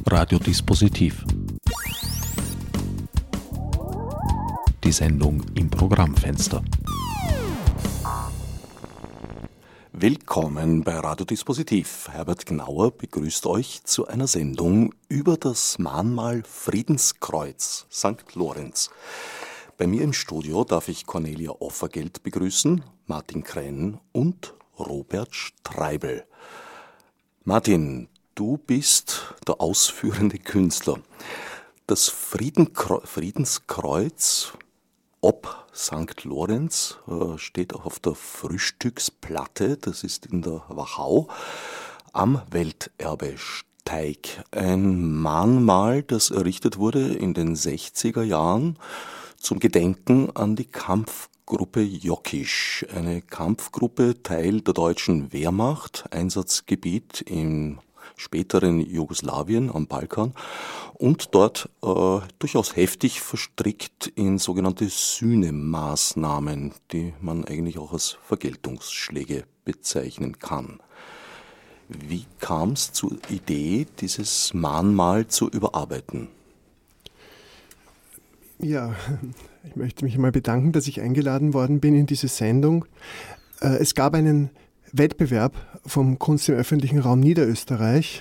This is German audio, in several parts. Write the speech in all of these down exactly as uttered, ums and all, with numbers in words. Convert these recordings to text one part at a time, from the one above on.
Radiodispositiv. Die Sendung im Programmfenster. Willkommen bei Radiodispositiv. Herbert Gnauer begrüßt euch zu einer Sendung über das Mahnmal Friedenskreuz Sankt Lorenz. Bei mir im Studio darf ich Cornelia Offergeld begrüßen, Martin Krenn und Robert Streibel. Martin, du bist der ausführende Künstler. Das Friedenkre- Friedenskreuz ob Sankt Lorenz äh, steht auch auf der Frühstücksplatte, das ist in der Wachau, am Welterbesteig. Ein Mahnmal, das errichtet wurde in den sechziger Jahren zum Gedenken an die Kampfgruppe Jockisch, eine Kampfgruppe, Teil der deutschen Wehrmacht, Einsatzgebiet im späteren Jugoslawien am Balkan und dort äh, durchaus heftig verstrickt in sogenannte Sühnemaßnahmen, die man eigentlich auch als Vergeltungsschläge bezeichnen kann. Wie kam es zur Idee, dieses Mahnmal zu überarbeiten? Ja, ich möchte mich mal bedanken, dass ich eingeladen worden bin in diese Sendung. Es gab einen Wettbewerb vom Kunst im öffentlichen Raum Niederösterreich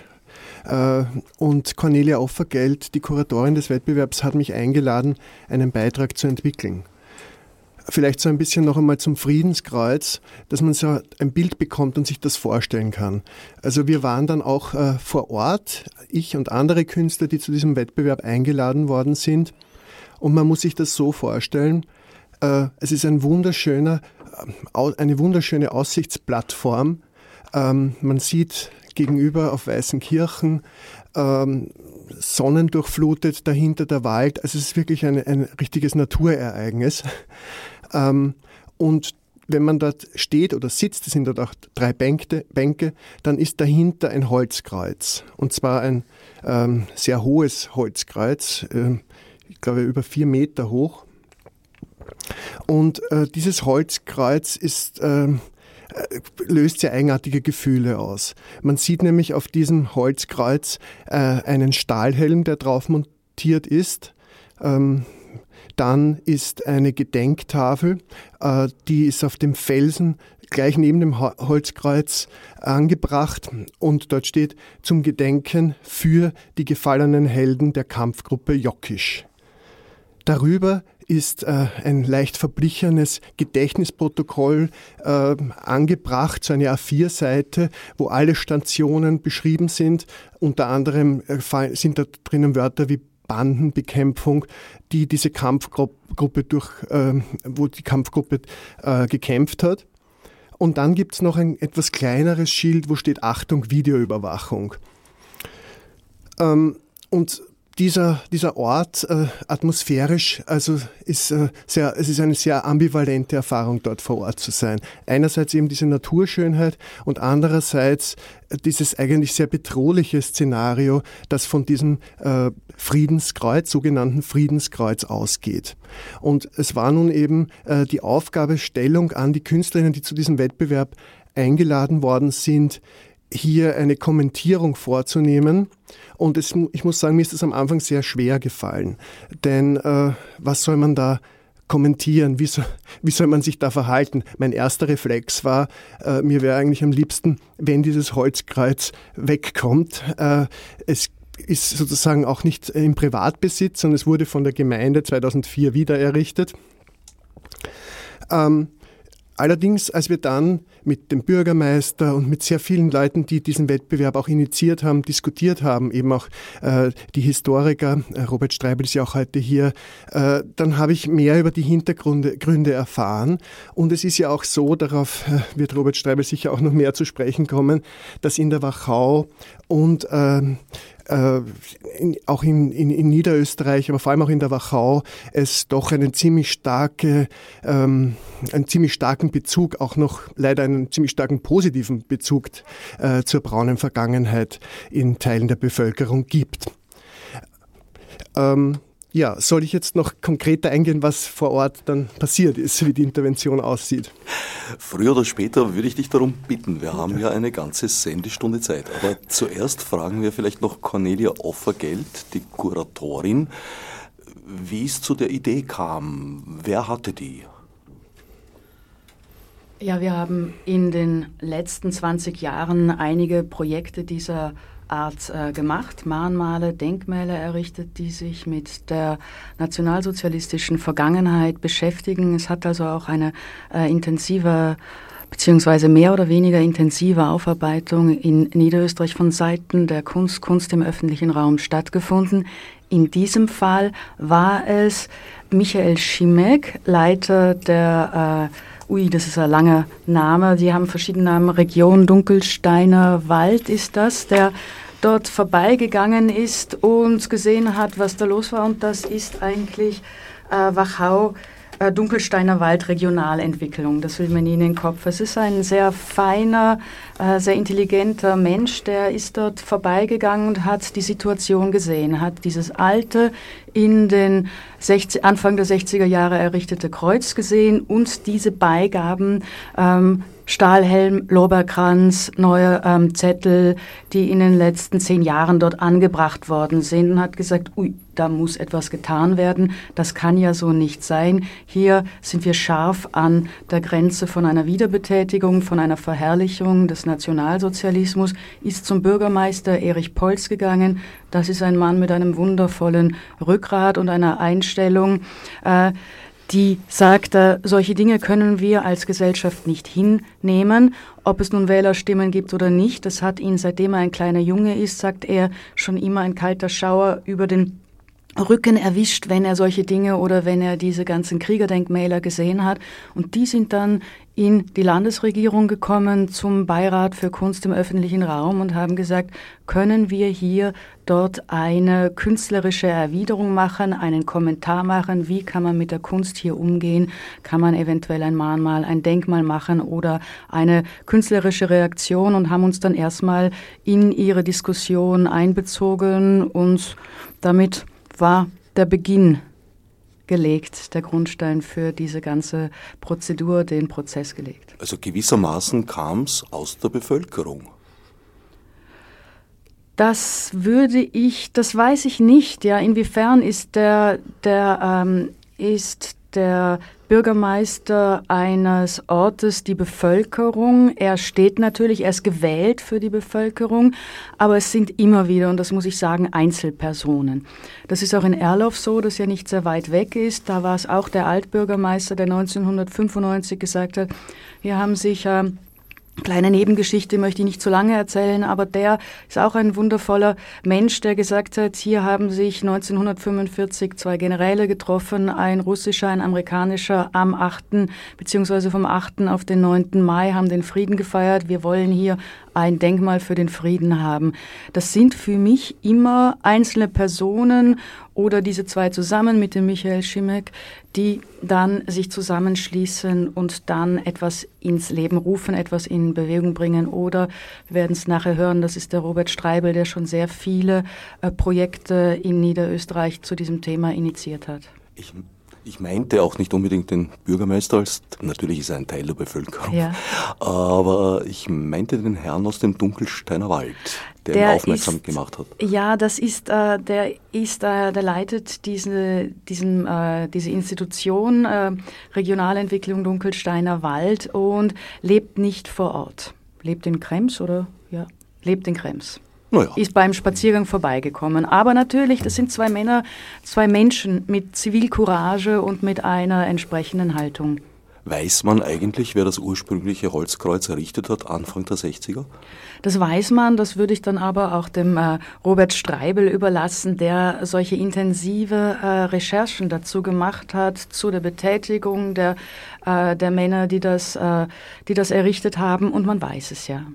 und Cornelia Offergeld, die Kuratorin des Wettbewerbs, hat mich eingeladen, einen Beitrag zu entwickeln. Vielleicht so ein bisschen noch einmal zum Friedenskreuz, dass man so ein Bild bekommt und sich das vorstellen kann. Also wir waren dann auch äh, vor Ort, ich und andere Künstler, die zu diesem Wettbewerb eingeladen worden sind. Und man muss sich das so vorstellen, äh, es ist ein wunderschöner, äh, eine wunderschöne Aussichtsplattform. Ähm, man sieht gegenüber auf Weißenkirchen, ähm, sonnendurchflutet, dahinter der Wald. Also es ist wirklich ein, ein richtiges Naturereignis. Ähm, und wenn man dort steht oder sitzt, es sind dort auch drei Bänke, Bänke, dann ist dahinter ein Holzkreuz. Und zwar ein ähm, sehr hohes Holzkreuz, äh, ich glaube über vier Meter hoch. Und äh, dieses Holzkreuz ist... Äh, löst sehr eigenartige Gefühle aus. Man sieht nämlich auf diesem Holzkreuz äh, einen Stahlhelm, der drauf montiert ist. Ähm, dann ist eine Gedenktafel, äh, die ist auf dem Felsen gleich neben dem Holzkreuz angebracht und dort steht zum Gedenken für die gefallenen Helden der Kampfgruppe Jockisch. Darüber ist äh, ein leicht verblichenes Gedächtnisprotokoll äh, angebracht, so eine A vier Seite, wo alle Stationen beschrieben sind. Unter anderem äh, sind da drinnen Wörter wie Bandenbekämpfung, die diese Kampfgruppe durch, äh, wo die Kampfgruppe äh, gekämpft hat. Und dann gibt es noch ein etwas kleineres Schild, wo steht Achtung, Videoüberwachung. Ähm, und Dieser, dieser Ort äh, atmosphärisch, also ist äh, sehr, es ist eine sehr ambivalente Erfahrung, dort vor Ort zu sein. Einerseits eben diese Naturschönheit und andererseits äh, dieses eigentlich sehr bedrohliche Szenario, das von diesem äh, Friedenskreuz, sogenannten Friedenskreuz ausgeht. Und es war nun eben äh, die Aufgabestellung an die Künstlerinnen, die zu diesem Wettbewerb eingeladen worden sind, hier eine Kommentierung vorzunehmen. Und es, ich muss sagen, mir ist das am Anfang sehr schwer gefallen. Denn äh, was soll man da kommentieren? Wie, so, wie soll man sich da verhalten? Mein erster Reflex war, äh, mir wäre eigentlich am liebsten, wenn dieses Holzkreuz wegkommt. Äh, es ist sozusagen auch nicht im Privatbesitz, sondern es wurde von der Gemeinde zweitausendvier wieder errichtet. Ähm, Allerdings, als wir dann mit dem Bürgermeister und mit sehr vielen Leuten, die diesen Wettbewerb auch initiiert haben, diskutiert haben, eben auch äh, die Historiker, äh, Robert Streibel ist ja auch heute hier, äh, dann habe ich mehr über die Hintergründe Gründe erfahren. Und es ist ja auch so, darauf äh, wird Robert Streibel sicher auch noch mehr zu sprechen kommen, dass in der Wachau und äh, äh, in, auch in, in, in Niederösterreich, aber vor allem auch in der Wachau, es doch einen ziemlich starke, ähm, einen ziemlich starken Bezug, auch noch leider einen ziemlich starken positiven Bezug äh, zur braunen Vergangenheit in Teilen der Bevölkerung gibt. Ähm, Ja, soll ich jetzt noch konkreter eingehen, was vor Ort dann passiert ist, wie die Intervention aussieht? Früher oder später würde ich dich darum bitten. Wir haben ja eine ganze Sendestunde Zeit. Aber zuerst fragen wir vielleicht noch Cornelia Offergeld, die Kuratorin, wie es zu der Idee kam. Wer hatte die? Ja, wir haben in den letzten zwanzig Jahren einige Projekte dieser Art äh, gemacht, Mahnmale, Denkmäler errichtet, die sich mit der nationalsozialistischen Vergangenheit beschäftigen. Es hat also auch eine äh, intensive beziehungsweise mehr oder weniger intensive Aufarbeitung in Niederösterreich von Seiten der Kunst, Kunst im öffentlichen Raum stattgefunden. In diesem Fall war es Michael Schimek, Leiter der äh, Ui, das ist ein langer Name. Die haben verschiedene Namen. Region Dunkelsteiner Wald ist das, der dort vorbeigegangen ist und gesehen hat, was da los war. Und das ist eigentlich äh, Wachau, äh, Dunkelsteiner Wald Regionalentwicklung. Das will mir nie in den Kopf. Es ist ein sehr feiner, äh, sehr intelligenter Mensch, der ist dort vorbeigegangen und hat die Situation gesehen, hat dieses alte, in den sechzig, Anfang der sechziger Jahre errichtete Kreuz gesehen und diese Beigaben, ähm, Stahlhelm, Lorbeerkranz, neue ähm, Zettel, die in den letzten zehn Jahren dort angebracht worden sind und hat gesagt, ui, da muss etwas getan werden, das kann ja so nicht sein. Hier sind wir scharf an der Grenze von einer Wiederbetätigung, von einer Verherrlichung des Nationalsozialismus, ist zum Bürgermeister Erich Polz gegangen. Das ist ein Mann mit einem wundervollen Rückgrat und einer Einstellung, äh, die sagt, äh, solche Dinge können wir als Gesellschaft nicht hinnehmen. Ob es nun Wählerstimmen gibt oder nicht, das hat ihn, seitdem er ein kleiner Junge ist, sagt er, schon immer ein kalter Schauer über den Rücken erwischt, wenn er solche Dinge oder wenn er diese ganzen Kriegerdenkmäler gesehen hat. Und die sind dann in die Landesregierung gekommen zum Beirat für Kunst im öffentlichen Raum und haben gesagt, können wir hier dort eine künstlerische Erwiderung machen, einen Kommentar machen, wie kann man mit der Kunst hier umgehen, kann man eventuell ein Mahnmal, ein Denkmal machen oder eine künstlerische Reaktion und haben uns dann erstmal in ihre Diskussion einbezogen und damit war der Beginn gelegt, der Grundstein für diese ganze Prozedur, den Prozess gelegt. Also gewissermaßen kam es aus der Bevölkerung. Das würde ich, das weiß ich nicht. Ja, inwiefern ist der, der, ähm, ist der Bürgermeister eines Ortes die Bevölkerung? Er steht natürlich, er ist gewählt für die Bevölkerung, aber es sind immer wieder, und das muss ich sagen, Einzelpersonen. Das ist auch in Erloff so, das ja nicht sehr weit weg ist. Da war es auch der Altbürgermeister, der neunzehnhundertfünfundneunzig gesagt hat, wir haben sich... Äh, Kleine Nebengeschichte möchte ich nicht zu lange erzählen, aber der ist auch ein wundervoller Mensch, der gesagt hat, hier haben sich neunzehnhundertfünfundvierzig zwei Generäle getroffen, ein russischer, ein amerikanischer, am achten beziehungsweise vom achten auf den neunten Mai, haben den Frieden gefeiert. Wir wollen hier ein Denkmal für den Frieden haben. Das sind für mich immer einzelne Personen oder diese zwei zusammen mit dem Michael Schimek, die dann sich zusammenschließen und dann etwas ins Leben rufen, etwas in Bewegung bringen. Oder wir werden es nachher hören, das ist der Robert Streibel, der schon sehr viele äh, Projekte in Niederösterreich zu diesem Thema initiiert hat. Ich Ich meinte auch nicht unbedingt den Bürgermeister, als natürlich ist er ein Teil der Bevölkerung, ja. Aber ich meinte den Herrn aus dem Dunkelsteiner Wald, der, der ihn aufmerksam ist, gemacht hat. Ja, das ist, äh, der ist, äh, der leitet diese, diesen, äh, diese Institution äh, Regionalentwicklung Dunkelsteiner Wald und lebt nicht vor Ort. Lebt in Krems oder ja, lebt in Krems. Naja. Ist beim Spaziergang vorbeigekommen. Aber natürlich, das sind zwei Männer, zwei Menschen mit Zivilcourage und mit einer entsprechenden Haltung. Weiß man eigentlich, wer das ursprüngliche Holzkreuz errichtet hat, Anfang der sechziger? Das weiß man, das würde ich dann aber auch dem äh, Robert Streibel überlassen, der solche intensive äh, Recherchen dazu gemacht hat, zu der Betätigung der, äh, der Männer, die das, äh, die das errichtet haben. Und man weiß es ja.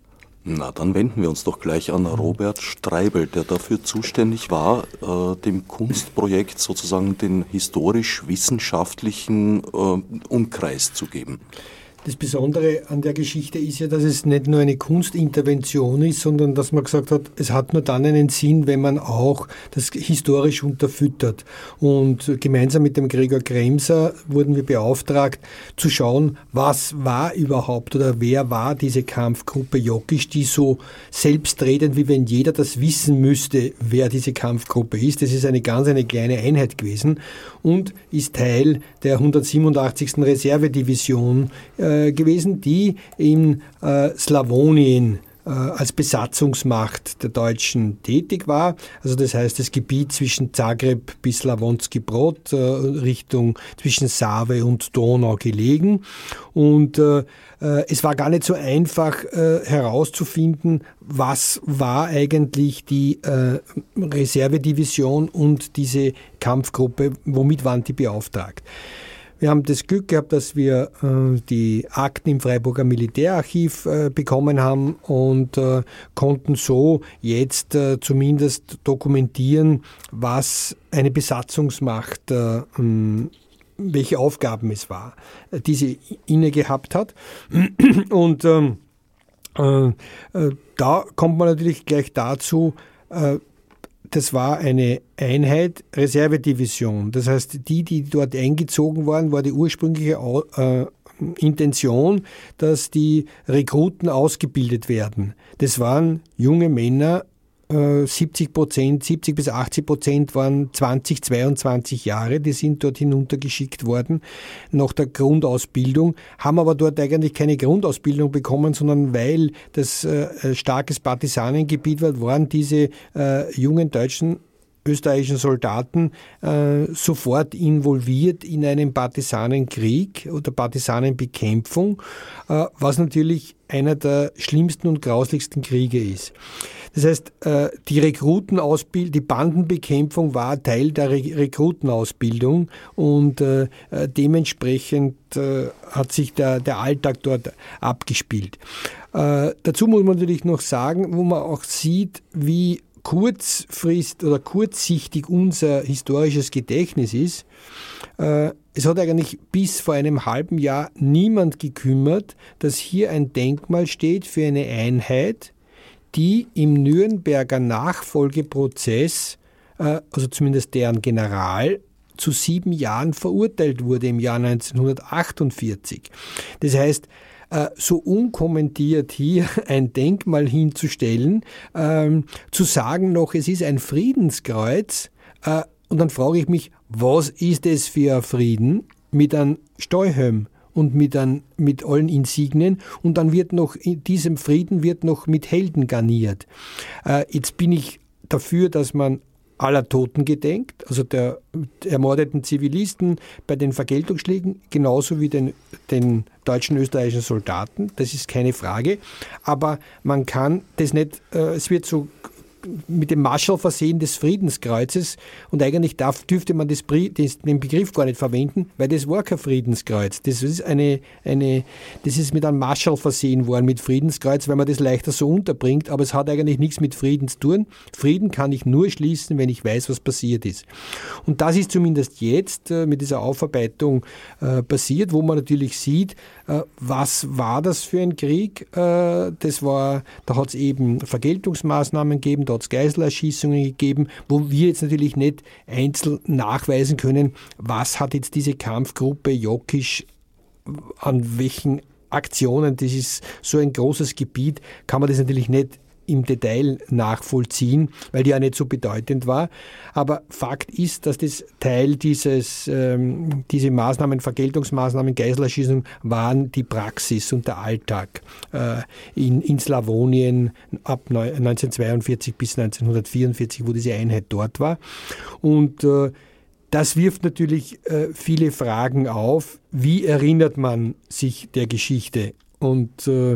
Na, dann wenden wir uns doch gleich an Robert Streibel, der dafür zuständig war, äh, dem Kunstprojekt sozusagen den historisch-wissenschaftlichen äh, Umkreis zu geben. Das Besondere an der Geschichte ist ja, dass es nicht nur eine Kunstintervention ist, sondern dass man gesagt hat, es hat nur dann einen Sinn, wenn man auch das historisch unterfüttert. Und gemeinsam mit dem Gregor Kremser wurden wir beauftragt, zu schauen, was war überhaupt oder wer war diese Kampfgruppe Jokisch, die so selbstredend, wie wenn jeder das wissen müsste, wer diese Kampfgruppe ist. Das ist eine ganz eine kleine Einheit gewesen und ist Teil der hundertsiebenundachtzigsten Reservedivision äh, gewesen, die in äh, Slawonien äh, als Besatzungsmacht der Deutschen tätig war. Also das heißt, das Gebiet zwischen Zagreb bis Slavonski Brod, äh, Richtung zwischen Save und Donau gelegen. Und äh, äh, es war gar nicht so einfach äh, herauszufinden, was war eigentlich die äh, Reservedivision und diese Kampfgruppe, womit waren die beauftragt. Wir haben das Glück gehabt, dass wir äh, die Akten im Freiburger Militärarchiv äh, bekommen haben und äh, konnten so jetzt äh, zumindest dokumentieren, was eine Besatzungsmacht, äh, welche Aufgaben es war, äh, die sie inne gehabt hat. Und ähm, äh, da kommt man natürlich gleich dazu, äh, das war eine Einheit Reservedivision. Das heißt, die, die dort eingezogen waren, war die ursprüngliche äh, Intention, dass die Rekruten ausgebildet werden. Das waren junge Männer, äh, siebzig Prozent, siebzig bis achtzig Prozent waren zwanzig, zweiundzwanzig Jahre, die sind dort hinuntergeschickt worden nach der Grundausbildung, haben aber dort eigentlich keine Grundausbildung bekommen, sondern weil das äh, starkes Partisanengebiet war, waren diese äh, jungen deutschen österreichischen Soldaten äh, sofort involviert in einen Partisanenkrieg oder Partisanenbekämpfung, äh, was natürlich einer der schlimmsten und grauslichsten Kriege ist. Das heißt, äh, die Rekrutenausbildung, die Bandenbekämpfung war Teil der Re- Rekrutenausbildung und äh, dementsprechend äh, hat sich der, der Alltag dort abgespielt. Äh, dazu muss man natürlich noch sagen, wo man auch sieht, wie kurzfrist oder kurzsichtig unser historisches Gedächtnis ist. Äh, es hat eigentlich bis vor einem halben Jahr niemand gekümmert, dass hier ein Denkmal steht für eine Einheit, die im Nürnberger Nachfolgeprozess, äh, also zumindest deren General, zu sieben Jahren verurteilt wurde im Jahr neunzehnhundertachtundvierzig. Das heißt, so unkommentiert hier ein Denkmal hinzustellen, ähm, zu sagen noch, es ist ein Friedenskreuz, äh, und dann frage ich mich, was ist es für ein Frieden mit einem Steuhelm und mit, ein, mit allen Insignien, und dann wird noch, in diesem Frieden wird noch mit Helden garniert. Äh, jetzt bin ich dafür, dass man aller Toten gedenkt, also der, der ermordeten Zivilisten bei den Vergeltungsschlägen, genauso wie den, den deutschen österreichischen Soldaten, das ist keine Frage, aber man kann das nicht, äh, es wird so mit dem Marschall versehen des Friedenskreuzes, und eigentlich darf, dürfte man das, das, den Begriff gar nicht verwenden, weil das war kein Friedenskreuz. Das ist, eine, eine, das ist mit einem Marschall versehen worden, mit Friedenskreuz, weil man das leichter so unterbringt, aber es hat eigentlich nichts mit Frieden zu tun. Frieden kann ich nur schließen, wenn ich weiß, was passiert ist. Und das ist zumindest jetzt äh, mit dieser Aufarbeitung äh, passiert, wo man natürlich sieht, äh, was war das für ein Krieg? Äh, das war, da hat es eben Vergeltungsmaßnahmen gegeben, da hat es Geiselerschießungen gegeben, wo wir jetzt natürlich nicht einzeln nachweisen können, was hat jetzt diese Kampfgruppe Jokisch an welchen Aktionen, das ist so ein großes Gebiet, kann man das natürlich nicht im Detail nachvollziehen, weil die ja nicht so bedeutend war. Aber Fakt ist, dass das Teil dieses, ähm, diese Maßnahmen, Vergeltungsmaßnahmen, Geiselerschießungen waren die Praxis und der Alltag äh, in, in Slawonien ab neunzehnhundertzweiundvierzig bis neunzehnhundertvierundvierzig, wo diese Einheit dort war. Und äh, das wirft natürlich äh, viele Fragen auf. Wie erinnert man sich der Geschichte? Und äh,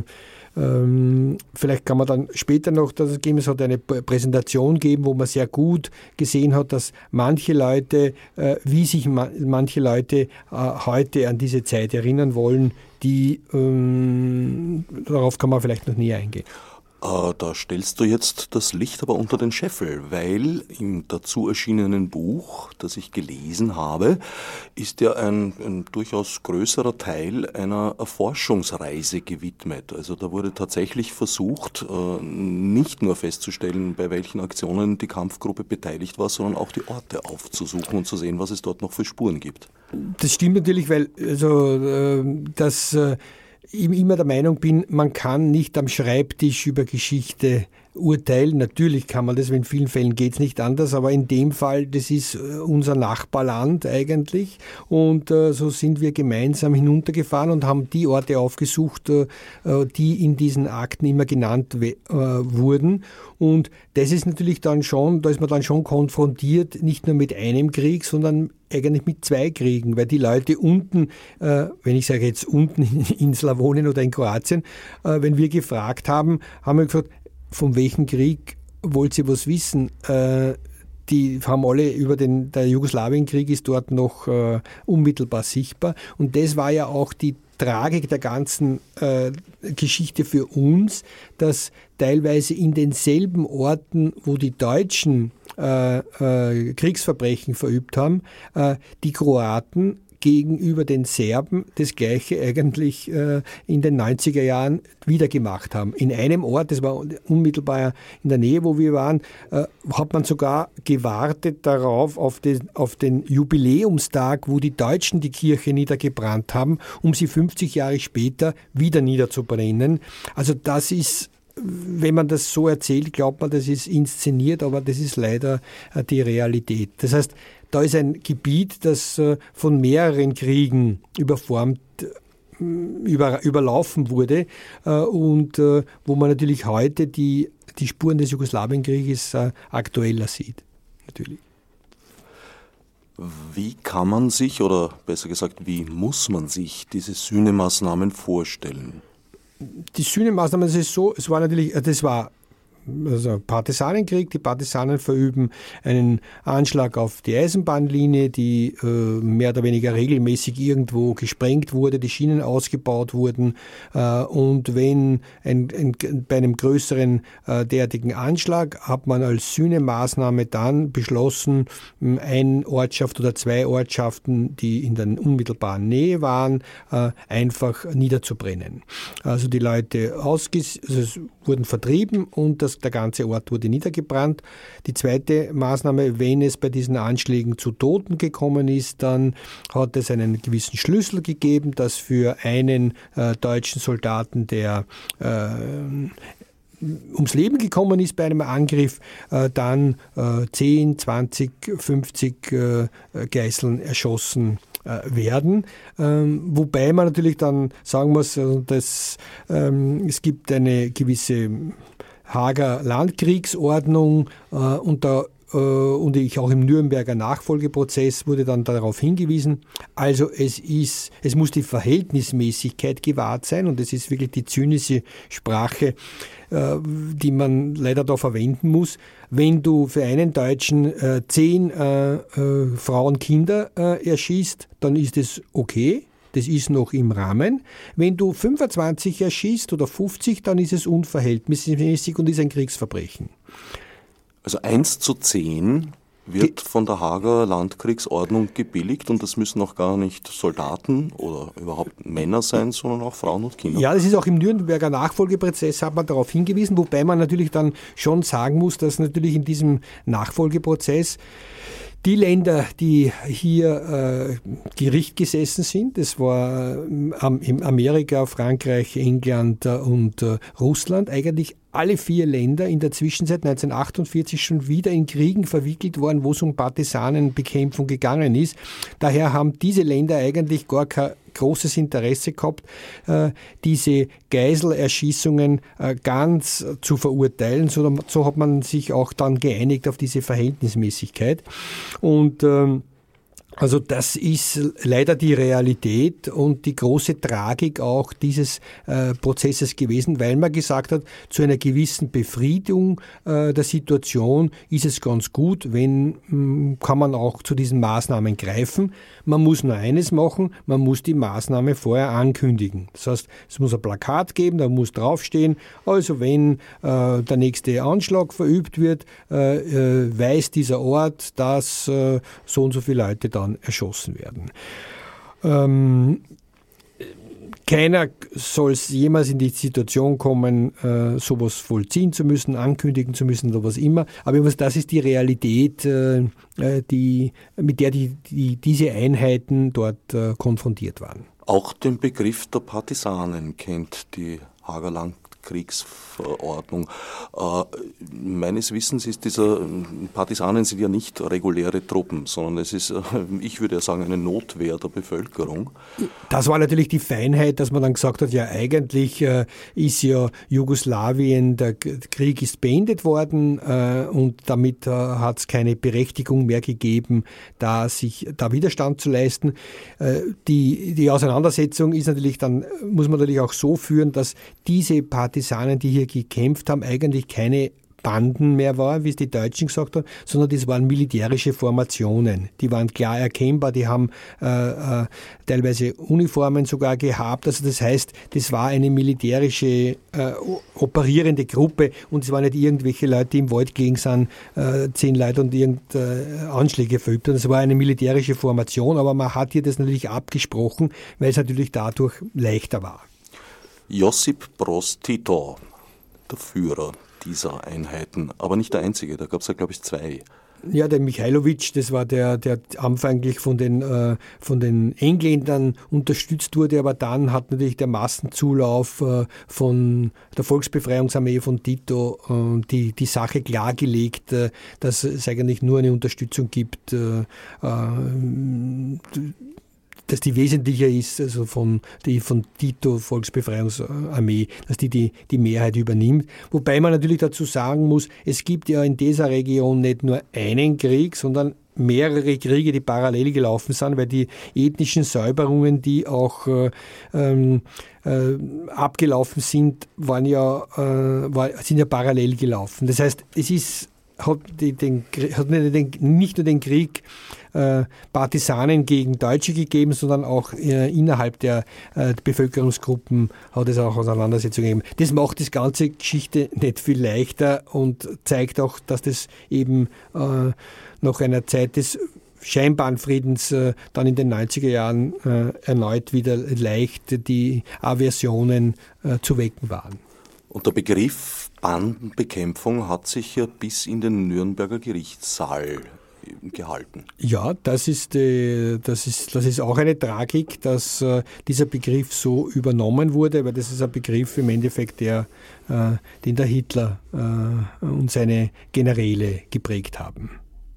Ähm, vielleicht kann man dann später noch das geben. Es hat eine Präsentation gegeben, wo man sehr gut gesehen hat, dass manche Leute, äh, wie sich ma- manche Leute äh, heute an diese Zeit erinnern wollen, die, ähm, darauf kann man vielleicht noch näher eingehen. Äh, da stellst du jetzt das Licht aber unter den Scheffel, weil im dazu erschienenen Buch, das ich gelesen habe, ist ja ein, ein durchaus größerer Teil einer Erforschungsreise gewidmet. Also da wurde tatsächlich versucht, äh, nicht nur festzustellen, bei welchen Aktionen die Kampfgruppe beteiligt war, sondern auch die Orte aufzusuchen und zu sehen, was es dort noch für Spuren gibt. Das stimmt natürlich, weil also, äh, das äh, ich immer der Meinung bin, man kann nicht am Schreibtisch über Geschichte urteilen. Natürlich kann man das, in vielen Fällen geht es nicht anders, aber in dem Fall, das ist unser Nachbarland eigentlich und äh, so sind wir gemeinsam hinuntergefahren und haben die Orte aufgesucht, äh, die in diesen Akten immer genannt äh, wurden und das ist natürlich dann schon, da ist man dann schon konfrontiert, nicht nur mit einem Krieg, sondern eigentlich mit zwei Kriegen, weil die Leute unten, äh, wenn ich sage jetzt unten in Slawonien oder in Kroatien, äh, wenn wir gefragt haben, haben wir gefragt, von welchem Krieg wollt ihr was wissen? Äh, die haben alle über den, der Jugoslawienkrieg ist dort noch äh, unmittelbar sichtbar. Und das war ja auch die Tragik der ganzen äh, Geschichte für uns, dass teilweise in denselben Orten, wo die Deutschen äh, äh, Kriegsverbrechen verübt haben, äh, die Kroaten gegenüber den Serben das Gleiche eigentlich äh, in den neunziger Jahren wieder gemacht haben. In einem Ort, das war unmittelbar in der Nähe, wo wir waren, äh, hat man sogar gewartet darauf, auf den, auf den Jubiläumstag, wo die Deutschen die Kirche niedergebrannt haben, um sie fünfzig Jahre später wieder niederzubrennen. Also das ist, wenn man das so erzählt, glaubt man, das ist inszeniert, aber das ist leider äh, die Realität. Das heißt, da ist ein Gebiet, das äh, von mehreren Kriegen überformt, äh, über, überlaufen wurde äh, und äh, wo man natürlich heute die, die Spuren des Jugoslawienkrieges äh, aktueller sieht. Natürlich. Wie kann man sich, oder besser gesagt, wie muss man sich diese Sühnemaßnahmen vorstellen? Die Sühnemaßnahmen, das ist so, es war natürlich, das war also Partisanenkrieg. Die Partisanen verüben einen Anschlag auf die Eisenbahnlinie, die äh, mehr oder weniger regelmäßig irgendwo gesprengt wurde, die Schienen ausgebaut wurden. Äh, und wenn ein, ein, bei einem größeren äh, derartigen Anschlag hat man als Sühnemaßnahme dann beschlossen, eine Ortschaft oder zwei Ortschaften, die in der unmittelbaren Nähe waren, äh, einfach niederzubrennen. Also die Leute ausges- also wurden vertrieben und das der ganze Ort wurde niedergebrannt. Die zweite Maßnahme, wenn es bei diesen Anschlägen zu Toten gekommen ist, dann hat es einen gewissen Schlüssel gegeben, dass für einen äh, deutschen Soldaten, der äh, ums Leben gekommen ist bei einem Angriff, äh, dann äh, zehn, zwanzig, fünfzig äh, Geiseln erschossen werden, ähm, wobei man natürlich dann sagen muss, dass ähm, es gibt eine gewisse Haager Landkriegsordnung äh, und da äh, und ich auch im Nürnberger Nachfolgeprozess wurde dann darauf hingewiesen. Also es ist, es muss die Verhältnismäßigkeit gewahrt sein und es ist wirklich die zynische Sprache, äh, die man leider da verwenden muss. Wenn du für einen Deutschen äh, zehn äh, äh, Frauen, Kinder äh, erschießt, dann ist es okay. Das ist noch im Rahmen. Wenn du fünfundzwanzig erschießt oder fünfzig, dann ist es unverhältnismäßig und ist ein Kriegsverbrechen. Also eins zu zehn wird von der Haager Landkriegsordnung gebilligt und das müssen auch gar nicht Soldaten oder überhaupt Männer sein, sondern auch Frauen und Kinder. Ja, das ist auch im Nürnberger Nachfolgeprozess, hat man darauf hingewiesen, wobei man natürlich dann schon sagen muss, dass natürlich in diesem Nachfolgeprozess die Länder, die hier äh, Gericht gesessen sind, das war äh, in Amerika, Frankreich, England äh, und äh, Russland, eigentlich alle vier Länder in der Zwischenzeit neunzehnhundertachtundvierzig schon wieder in Kriegen verwickelt worden, wo es um Partisanenbekämpfung gegangen ist. Daher haben diese Länder eigentlich gar kein großes Interesse gehabt, äh, diese Geiselerschießungen äh, ganz zu verurteilen. So, so hat man sich auch dann geeinigt auf diese Verhältnismäßigkeit. Und ähm, Also das ist leider die Realität und die große Tragik auch dieses äh, Prozesses gewesen, weil man gesagt hat, zu einer gewissen Befriedung äh, der Situation ist es ganz gut, wenn mh, kann man auch zu diesen Maßnahmen greifen. Man muss nur eines machen, man muss die Maßnahme vorher ankündigen. Das heißt, es muss ein Plakat geben, da muss draufstehen, also wenn äh, der nächste Anschlag verübt wird, äh, äh, weiß dieser Ort, dass äh, so und so viele Leute da erschossen werden. Ähm, keiner soll es jemals in die Situation kommen, äh, sowas vollziehen zu müssen, ankündigen zu müssen oder was immer. Aber das ist die Realität, äh, die, mit der die, die, diese Einheiten dort äh, konfrontiert waren. Auch den Begriff der Partisanen kennt die Haager Landkriegsverordnung. Äh, meines Wissens ist dieser, Partisanen sind ja nicht reguläre Truppen, sondern es ist, äh, ich würde ja sagen, eine Notwehr der Bevölkerung. Das war natürlich die Feinheit, dass man dann gesagt hat, ja eigentlich äh, ist ja Jugoslawien, der Krieg ist beendet worden äh, und damit äh, hat es keine Berechtigung mehr gegeben, da sich da Widerstand zu leisten. Äh, die, die Auseinandersetzung ist natürlich dann, muss man natürlich auch so führen, dass diese Partisanen, die hier gekämpft haben, eigentlich keine Banden mehr waren, wie es die Deutschen gesagt haben, sondern das waren militärische Formationen. Die waren klar erkennbar, die haben äh, äh, teilweise Uniformen sogar gehabt. Also das heißt, das war eine militärische äh, operierende Gruppe und es waren nicht irgendwelche Leute, die im Wald gelegen sind, äh, zehn Leute und irgendeine äh, Anschläge verübt haben. Das war eine militärische Formation, aber man hat hier das natürlich abgesprochen, weil es natürlich dadurch leichter war. Josip Broz Tito, der Führer dieser Einheiten, aber nicht der einzige, da gab es ja, glaube ich, zwei. Ja, der Michailovic, das war der, der anfänglich von den, äh, von den Engländern unterstützt wurde, aber dann hat natürlich der Massenzulauf äh, von der Volksbefreiungsarmee von Tito äh, die, die Sache klargelegt, äh, dass es eigentlich nur eine Unterstützung gibt, äh, äh, dass die wesentlicher ist, also von, die von Tito Volksbefreiungsarmee, dass die, die die Mehrheit übernimmt. Wobei man natürlich dazu sagen muss, es gibt ja in dieser Region nicht nur einen Krieg, sondern mehrere Kriege, die parallel gelaufen sind, weil die ethnischen Säuberungen, die auch äh, äh, abgelaufen sind, waren ja, äh, war, sind ja parallel gelaufen. Das heißt, es ist hat, die, den, hat nicht, den, nicht nur den Krieg äh, Partisanen gegen Deutsche gegeben, sondern auch äh, innerhalb der äh, Bevölkerungsgruppen hat es auch Auseinandersetzungen gegeben. Das macht das ganze Geschichte nicht viel leichter und zeigt auch, dass das eben äh, nach einer Zeit des scheinbaren Friedens äh, dann in den neunziger Jahren äh, erneut wieder leicht die Aversionen äh, zu wecken waren. Und der Begriff Bandenbekämpfung hat sich ja bis in den Nürnberger Gerichtssaal gehalten. Ja, das ist, äh, das ist, das ist auch eine Tragik, dass äh, dieser Begriff so übernommen wurde, weil das ist ein Begriff im Endeffekt, der, äh, den der Hitler äh, und seine Generäle geprägt haben.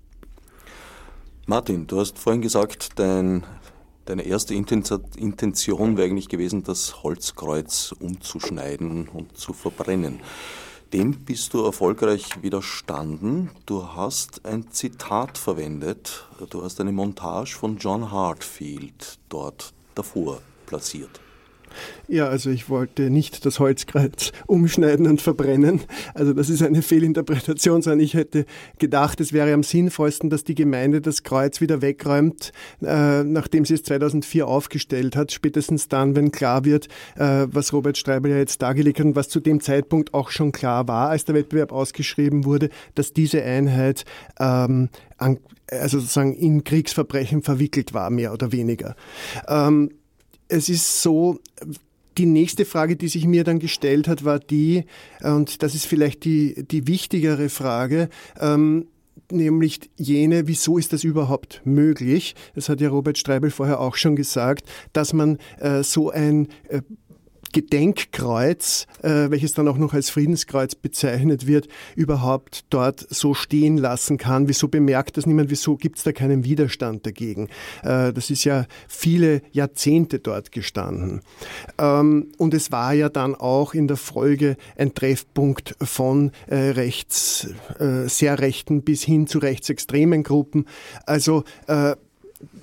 Martin, du hast vorhin gesagt, dein Deine erste Intention wäre eigentlich gewesen, das Holzkreuz umzuschneiden und zu verbrennen. Dem bist du erfolgreich widerstanden. Du hast ein Zitat verwendet. Du hast eine Montage von John Heartfield dort davor platziert. Ja, also ich wollte nicht das Holzkreuz umschneiden und verbrennen. Also das ist eine Fehlinterpretation, sondern ich hätte gedacht, es wäre am sinnvollsten, dass die Gemeinde das Kreuz wieder wegräumt, äh, nachdem sie es zweitausendvier aufgestellt hat. Spätestens dann, wenn klar wird, äh, was Robert Streibel ja jetzt dargelegt hat und was zu dem Zeitpunkt auch schon klar war, als der Wettbewerb ausgeschrieben wurde, dass diese Einheit ähm, an, also sozusagen in Kriegsverbrechen verwickelt war, mehr oder weniger. Ähm, Es ist so, die nächste Frage, die sich mir dann gestellt hat, war die, und das ist vielleicht die, die wichtigere Frage, ähm, nämlich jene, wieso ist das überhaupt möglich? Das hat ja Robert Streibel vorher auch schon gesagt, dass man äh, so ein äh, Gedenkkreuz, äh, welches dann auch noch als Friedenskreuz bezeichnet wird, überhaupt dort so stehen lassen kann. Wieso bemerkt das niemand? Wieso gibt es da keinen Widerstand dagegen? Äh, das ist ja viele Jahrzehnte dort gestanden. Ähm, und es war ja dann auch in der Folge ein Treffpunkt von äh, rechts, äh, sehr rechten bis hin zu rechtsextremen Gruppen. Also äh,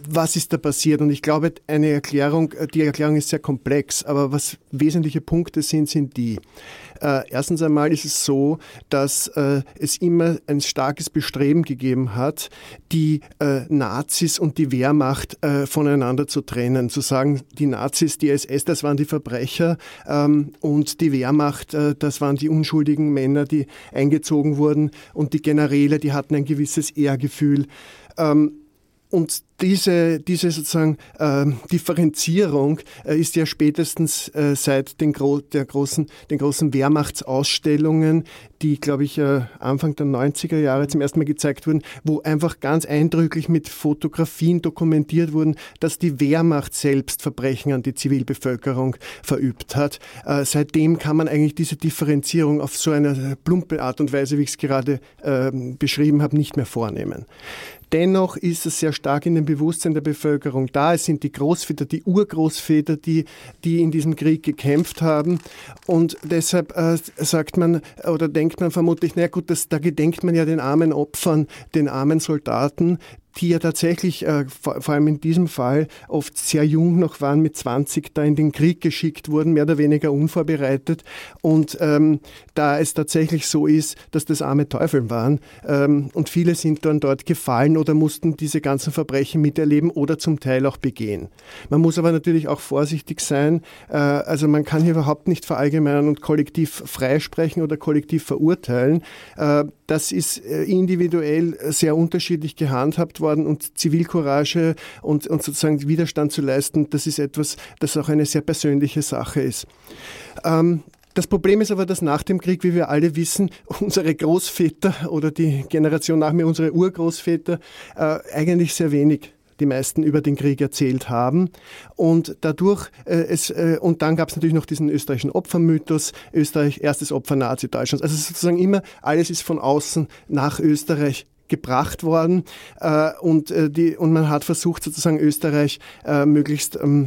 was ist da passiert? Und ich glaube, eine Erklärung, die Erklärung ist sehr komplex, aber was wesentliche Punkte sind, sind die. Äh, erstens einmal ist es so, dass äh, es immer ein starkes Bestreben gegeben hat, die äh, Nazis und die Wehrmacht äh, voneinander zu trennen. Zu sagen, die Nazis, die S S, das waren die Verbrecher ähm, und die Wehrmacht, äh, das waren die unschuldigen Männer, die eingezogen wurden, und die Generäle, die hatten ein gewisses Ehrgefühl. Ähm, Und diese, diese sozusagen äh, Differenzierung äh, ist ja spätestens äh, seit den, gro- der großen, den großen Wehrmachtsausstellungen, die, glaube ich, äh, Anfang der neunziger Jahre zum ersten Mal gezeigt wurden, wo einfach ganz eindrücklich mit Fotografien dokumentiert wurden, dass die Wehrmacht selbst Verbrechen an die Zivilbevölkerung verübt hat. Äh, seitdem kann man eigentlich diese Differenzierung auf so eine plumpe Art und Weise, wie ich es gerade äh, beschrieben habe, nicht mehr vornehmen. Dennoch ist es sehr stark in dem Bewusstsein der Bevölkerung da. Es sind die Großväter, die Urgroßväter, die, die in diesem Krieg gekämpft haben. Und deshalb äh, sagt man oder denkt man vermutlich, na gut, das, da gedenkt man ja den armen Opfern, den armen Soldaten, die ja tatsächlich, äh, vor, vor allem in diesem Fall, oft sehr jung noch waren, mit zwanzig da in den Krieg geschickt wurden, mehr oder weniger unvorbereitet. Und ähm, da es tatsächlich so ist, dass das arme Teufel waren ähm, und viele sind dann dort gefallen oder mussten diese ganzen Verbrechen miterleben oder zum Teil auch begehen. Man muss aber natürlich auch vorsichtig sein. Äh, also man kann hier überhaupt nicht verallgemeinern und kollektiv freisprechen oder kollektiv verurteilen. Äh, das ist äh, individuell sehr unterschiedlich gehandhabt worden, und Zivilcourage und, und sozusagen Widerstand zu leisten, das ist etwas, das auch eine sehr persönliche Sache ist. Ähm, Das Problem ist aber, dass nach dem Krieg, wie wir alle wissen, unsere Großväter oder die Generation nach mir, unsere Urgroßväter, äh, eigentlich sehr wenig, die meisten, über den Krieg erzählt haben. Und dadurch, äh, es, äh, und dann gab es natürlich noch diesen österreichischen Opfermythos, Österreich, erstes Opfer Nazi-Deutschlands. Also sozusagen immer, alles ist von außen nach Österreich gebracht worden, äh, und, äh, die, und man hat versucht, sozusagen Österreich äh, möglichst ähm,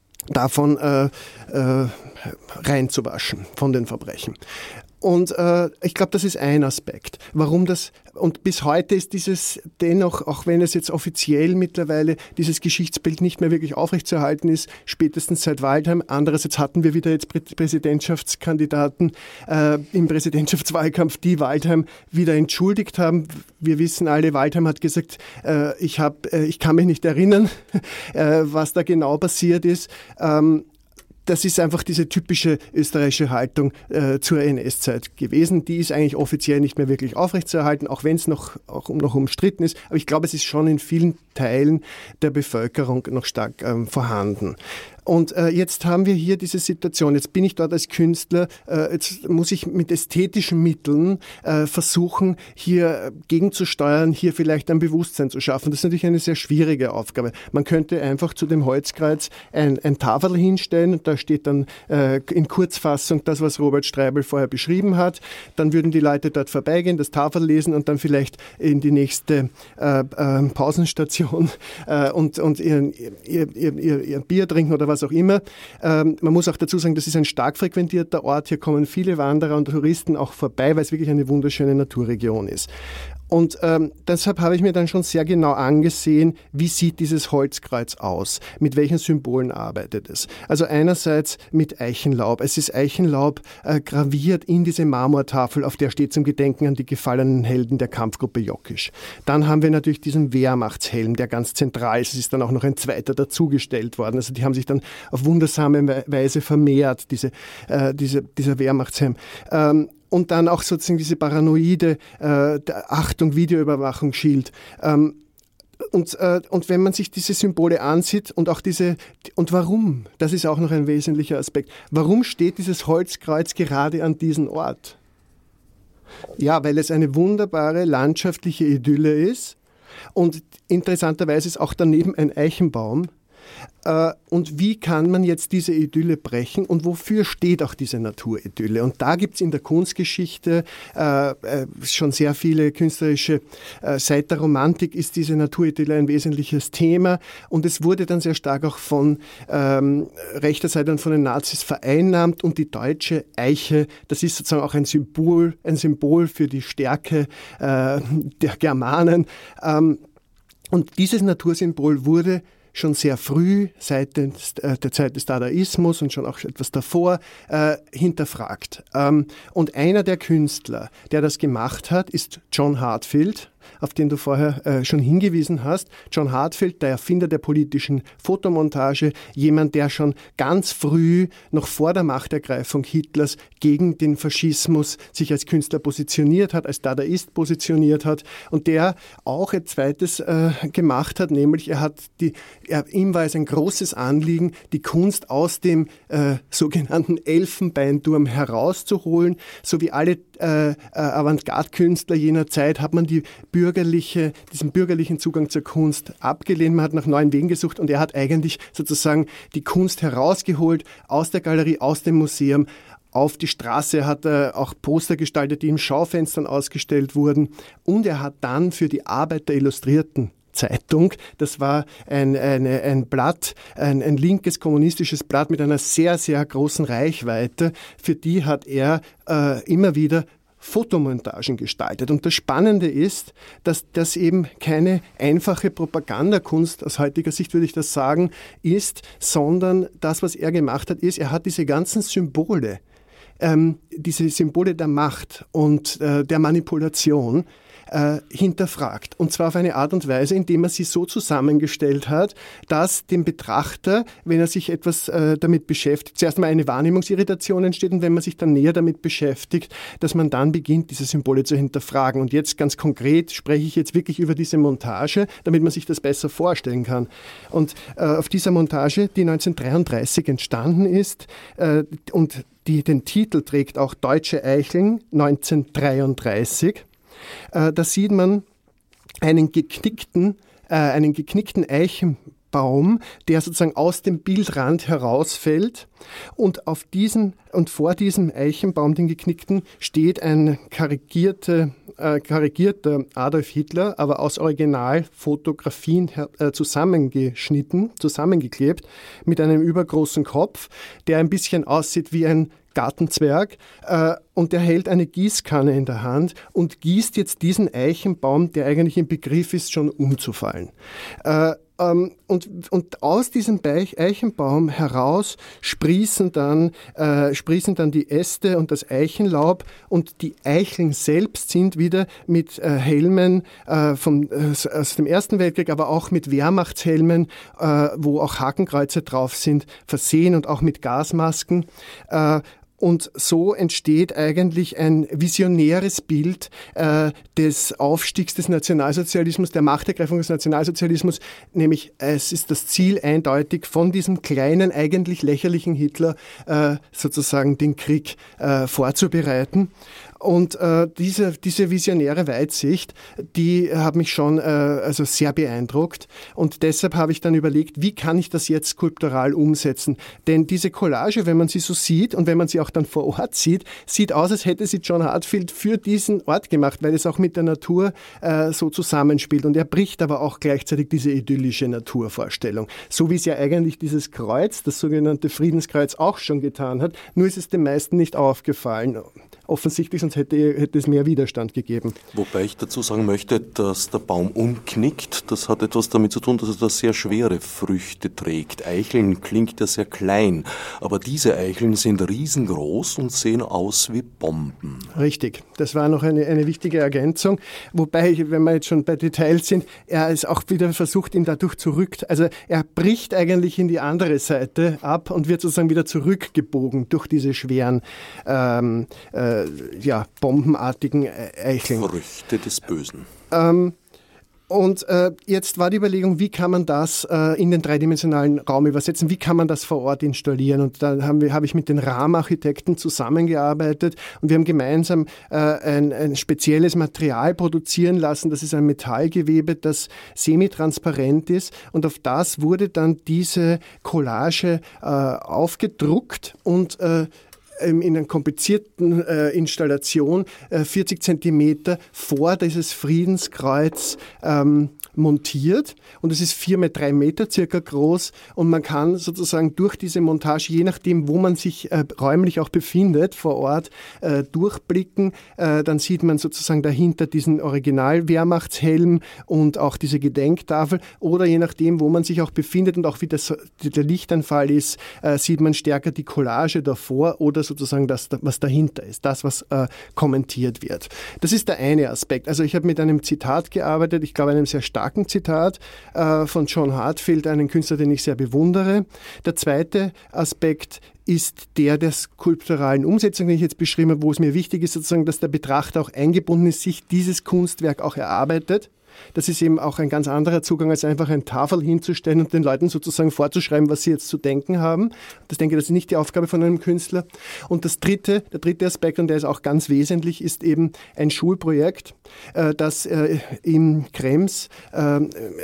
davon äh, äh, reinzuwaschen, von den Verbrechen. Und äh, ich glaube, das ist ein Aspekt. Warum das, und bis heute ist dieses dennoch, auch wenn es jetzt offiziell mittlerweile dieses Geschichtsbild nicht mehr wirklich aufrechtzuerhalten ist, spätestens seit Waldheim. Andererseits hatten wir wieder jetzt Prä- Präsidentschaftskandidaten äh, im Präsidentschaftswahlkampf, die Waldheim wieder entschuldigt haben. Wir wissen alle, Waldheim hat gesagt, äh, ich, hab, äh, ich kann mich nicht erinnern, äh, was da genau passiert ist. Ähm, Das ist einfach diese typische österreichische Haltung äh, zur N S-Zeit gewesen. Die ist eigentlich offiziell nicht mehr wirklich aufrechtzuerhalten, auch wenn es noch, auch noch umstritten ist. Aber ich glaube, es ist schon in vielen Teilen der Bevölkerung noch stark ähm, vorhanden. Und äh, jetzt haben wir hier diese Situation. Jetzt bin ich dort als Künstler, äh, jetzt muss ich mit ästhetischen Mitteln äh, versuchen, hier gegenzusteuern, hier vielleicht ein Bewusstsein zu schaffen. Das ist natürlich eine sehr schwierige Aufgabe. Man könnte einfach zu dem Holzkreuz ein, ein Taferl hinstellen, und da steht dann äh, in Kurzfassung das, was Robert Streibel vorher beschrieben hat. Dann würden die Leute dort vorbeigehen, das Taferl lesen und dann vielleicht in die nächste äh, äh, Pausenstation äh, und, und ihr, ihr, ihr, ihr, ihr Bier trinken oder was auch immer. Ähm, man muss auch dazu sagen, das ist ein stark frequentierter Ort. Hier kommen viele Wanderer und Touristen auch vorbei, weil es wirklich eine wunderschöne Naturregion ist. Und ähm, deshalb habe ich mir dann schon sehr genau angesehen, wie sieht dieses Holzkreuz aus? Mit welchen Symbolen arbeitet es? Also einerseits mit Eichenlaub. Es ist Eichenlaub äh, graviert in diese Marmortafel, auf der steht zum Gedenken an die gefallenen Helden der Kampfgruppe Jockisch. Dann haben wir natürlich diesen Wehrmachtshelm, der ganz zentral ist. Es ist dann auch noch ein zweiter dazugestellt worden. Also die haben sich dann auf wundersame Weise vermehrt, diese, äh, diese, dieser Wehrmachtshelm. Ähm, Und dann auch sozusagen diese paranoide äh, Achtung, Videoüberwachungsschild. Ähm, und, äh, und wenn man sich diese Symbole ansieht und auch diese, und warum, das ist auch noch ein wesentlicher Aspekt, warum steht dieses Holzkreuz gerade an diesem Ort? Ja, weil es eine wunderbare landschaftliche Idylle ist, und interessanterweise ist auch daneben ein Eichenbaum. Und wie kann man jetzt diese Idylle brechen und wofür steht auch diese Naturidylle? Und da gibt es in der Kunstgeschichte äh, äh, schon sehr viele künstlerische, äh, seit der Romantik ist diese Naturidylle ein wesentliches Thema, und es wurde dann sehr stark auch von ähm, rechter Seite und von den Nazis vereinnahmt, und die deutsche Eiche, das ist sozusagen auch ein Symbol, ein Symbol für die Stärke äh, der Germanen. Ähm, Und dieses Natursymbol wurde schon sehr früh, seit des, äh, der Zeit des Dadaismus und schon auch etwas davor, äh, hinterfragt. Ähm, und einer der Künstler, der das gemacht hat, ist John Heartfield, auf den du vorher äh, schon hingewiesen hast. John Heartfield, der Erfinder der politischen Fotomontage, jemand, der schon ganz früh, noch vor der Machtergreifung Hitlers, gegen den Faschismus sich als Künstler positioniert hat, als Dadaist positioniert hat und der auch ein zweites äh, gemacht hat, nämlich er hat die, er, ihm war es ein großes Anliegen, die Kunst aus dem äh, sogenannten Elfenbeinturm herauszuholen, so wie alle äh, äh, Avantgarde-Künstler jener Zeit hat man die bürgerliche, diesen bürgerlichen Zugang zur Kunst abgelehnt. Man hat nach neuen Wegen gesucht und er hat eigentlich sozusagen die Kunst herausgeholt aus der Galerie, aus dem Museum, auf die Straße, hat er auch Poster gestaltet, die in Schaufenstern ausgestellt wurden. Und er hat dann für die Arbeit der Illustrierten Zeitung. Das war ein, eine, ein Blatt, ein, ein linkes kommunistisches Blatt mit einer sehr, sehr großen Reichweite. Für die hat er äh, immer wieder Fotomontagen gestaltet. Und das Spannende ist, dass das eben keine einfache Propagandakunst, aus heutiger Sicht würde ich das sagen, ist, sondern das, was er gemacht hat, ist, er hat diese ganzen Symbole, ähm, diese Symbole der Macht und äh, der Manipulation Äh, hinterfragt. Und zwar auf eine Art und Weise, indem er sie so zusammengestellt hat, dass dem Betrachter, wenn er sich etwas äh, damit beschäftigt, zuerst mal eine Wahrnehmungsirritation entsteht und wenn man sich dann näher damit beschäftigt, dass man dann beginnt, diese Symbole zu hinterfragen. Und jetzt ganz konkret spreche ich jetzt wirklich über diese Montage, damit man sich das besser vorstellen kann. Und äh, auf dieser Montage, die neunzehnhundertdreiunddreißig entstanden ist äh, und die den Titel trägt auch Deutsche Eicheln neunzehnhundertdreiunddreißig, Äh, da sieht man einen geknickten, äh, einen geknickten Eichenbaum, der sozusagen aus dem Bildrand herausfällt. Und auf diesen und vor diesem Eichenbaum, den geknickten, steht ein karikierte, äh, karikierter Adolf Hitler, aber aus Originalfotografien äh, zusammengeschnitten, zusammengeklebt, mit einem übergroßen Kopf, der ein bisschen aussieht wie ein Gartenzwerg, äh, und der hält eine Gießkanne in der Hand und gießt jetzt diesen Eichenbaum, der eigentlich im Begriff ist, schon umzufallen. Äh, ähm, und, und aus diesem Eichenbaum heraus sprießen dann, äh, sprießen dann die Äste und das Eichenlaub, und die Eicheln selbst sind wieder mit äh, Helmen äh, vom, äh, aus dem Ersten Weltkrieg, aber auch mit Wehrmachtshelmen, äh, wo auch Hakenkreuze drauf sind, versehen und auch mit Gasmasken. Äh, Und so entsteht eigentlich ein visionäres Bild äh, des Aufstiegs des Nationalsozialismus, der Machtergreifung des Nationalsozialismus, nämlich es ist das Ziel eindeutig, von diesem kleinen, eigentlich lächerlichen Hitler äh, sozusagen den Krieg äh, vorzubereiten. Und äh, diese, diese visionäre Weitsicht, die hat mich schon äh, also sehr beeindruckt. Und deshalb habe ich dann überlegt, wie kann ich das jetzt skulptural umsetzen? Denn diese Collage, wenn man sie so sieht und wenn man sie auch dann vor Ort sieht, sieht aus, als hätte sie John Heartfield für diesen Ort gemacht, weil es auch mit der Natur äh, so zusammenspielt. Und er bricht aber auch gleichzeitig diese idyllische Naturvorstellung. So wie es ja eigentlich dieses Kreuz, das sogenannte Friedenskreuz, auch schon getan hat. Nur ist es den meisten nicht aufgefallen. Offensichtlich, sonst hätte, hätte es mehr Widerstand gegeben. Wobei ich dazu sagen möchte, dass der Baum umknickt. Das hat etwas damit zu tun, dass er da sehr schwere Früchte trägt. Eicheln klingt ja sehr klein, aber diese Eicheln sind riesengroß und sehen aus wie Bomben. Richtig, das war noch eine, eine wichtige Ergänzung. Wobei, wenn wir jetzt schon bei Details sind, er ist auch wieder versucht, ihn dadurch zurück, also er bricht eigentlich in die andere Seite ab und wird sozusagen wieder zurückgebogen durch diese schweren ähm, äh, ja, bombenartigen Eicheln. Früchte des Bösen. Ähm, und äh, jetzt war die Überlegung, wie kann man das äh, in den dreidimensionalen Raum übersetzen, wie kann man das vor Ort installieren? Und da haben wir, habe ich mit den Rahmenarchitekten zusammengearbeitet und wir haben gemeinsam äh, ein, ein spezielles Material produzieren lassen. Das ist ein Metallgewebe, das semitransparent ist, und auf das wurde dann diese Collage äh, aufgedruckt und äh, ähm, in einer komplizierten äh, Installation äh, vierzig Zentimeter vor dieses Friedenskreuz ähm, montiert und es ist vier mal drei Meter circa groß und man kann sozusagen durch diese Montage, je nachdem, wo man sich äh, räumlich auch befindet vor Ort, äh, durchblicken. Äh, dann sieht man sozusagen dahinter diesen Original-Wehrmachtshelm und auch diese Gedenktafel oder je nachdem, wo man sich auch befindet und auch wie das, der Lichtanfall ist, äh, sieht man stärker die Collage davor oder sozusagen das, was dahinter ist, das, was äh, kommentiert wird. Das ist der eine Aspekt. Also ich habe mit einem Zitat gearbeitet, ich glaube einem sehr starken Zitat äh, von John Heartfield, einen Künstler, den ich sehr bewundere. Der zweite Aspekt ist der der skulpturalen Umsetzung, den ich jetzt beschrieben habe, wo es mir wichtig ist, sozusagen, dass der Betrachter auch eingebunden ist, sich dieses Kunstwerk auch erarbeitet. Das ist eben auch ein ganz anderer Zugang, als einfach eine Tafel hinzustellen und den Leuten sozusagen vorzuschreiben, was sie jetzt zu denken haben. Das denke ich, das ist nicht die Aufgabe von einem Künstler. Und das dritte, der dritte Aspekt, und der ist auch ganz wesentlich, ist eben ein Schulprojekt, äh, das äh, in Krems äh,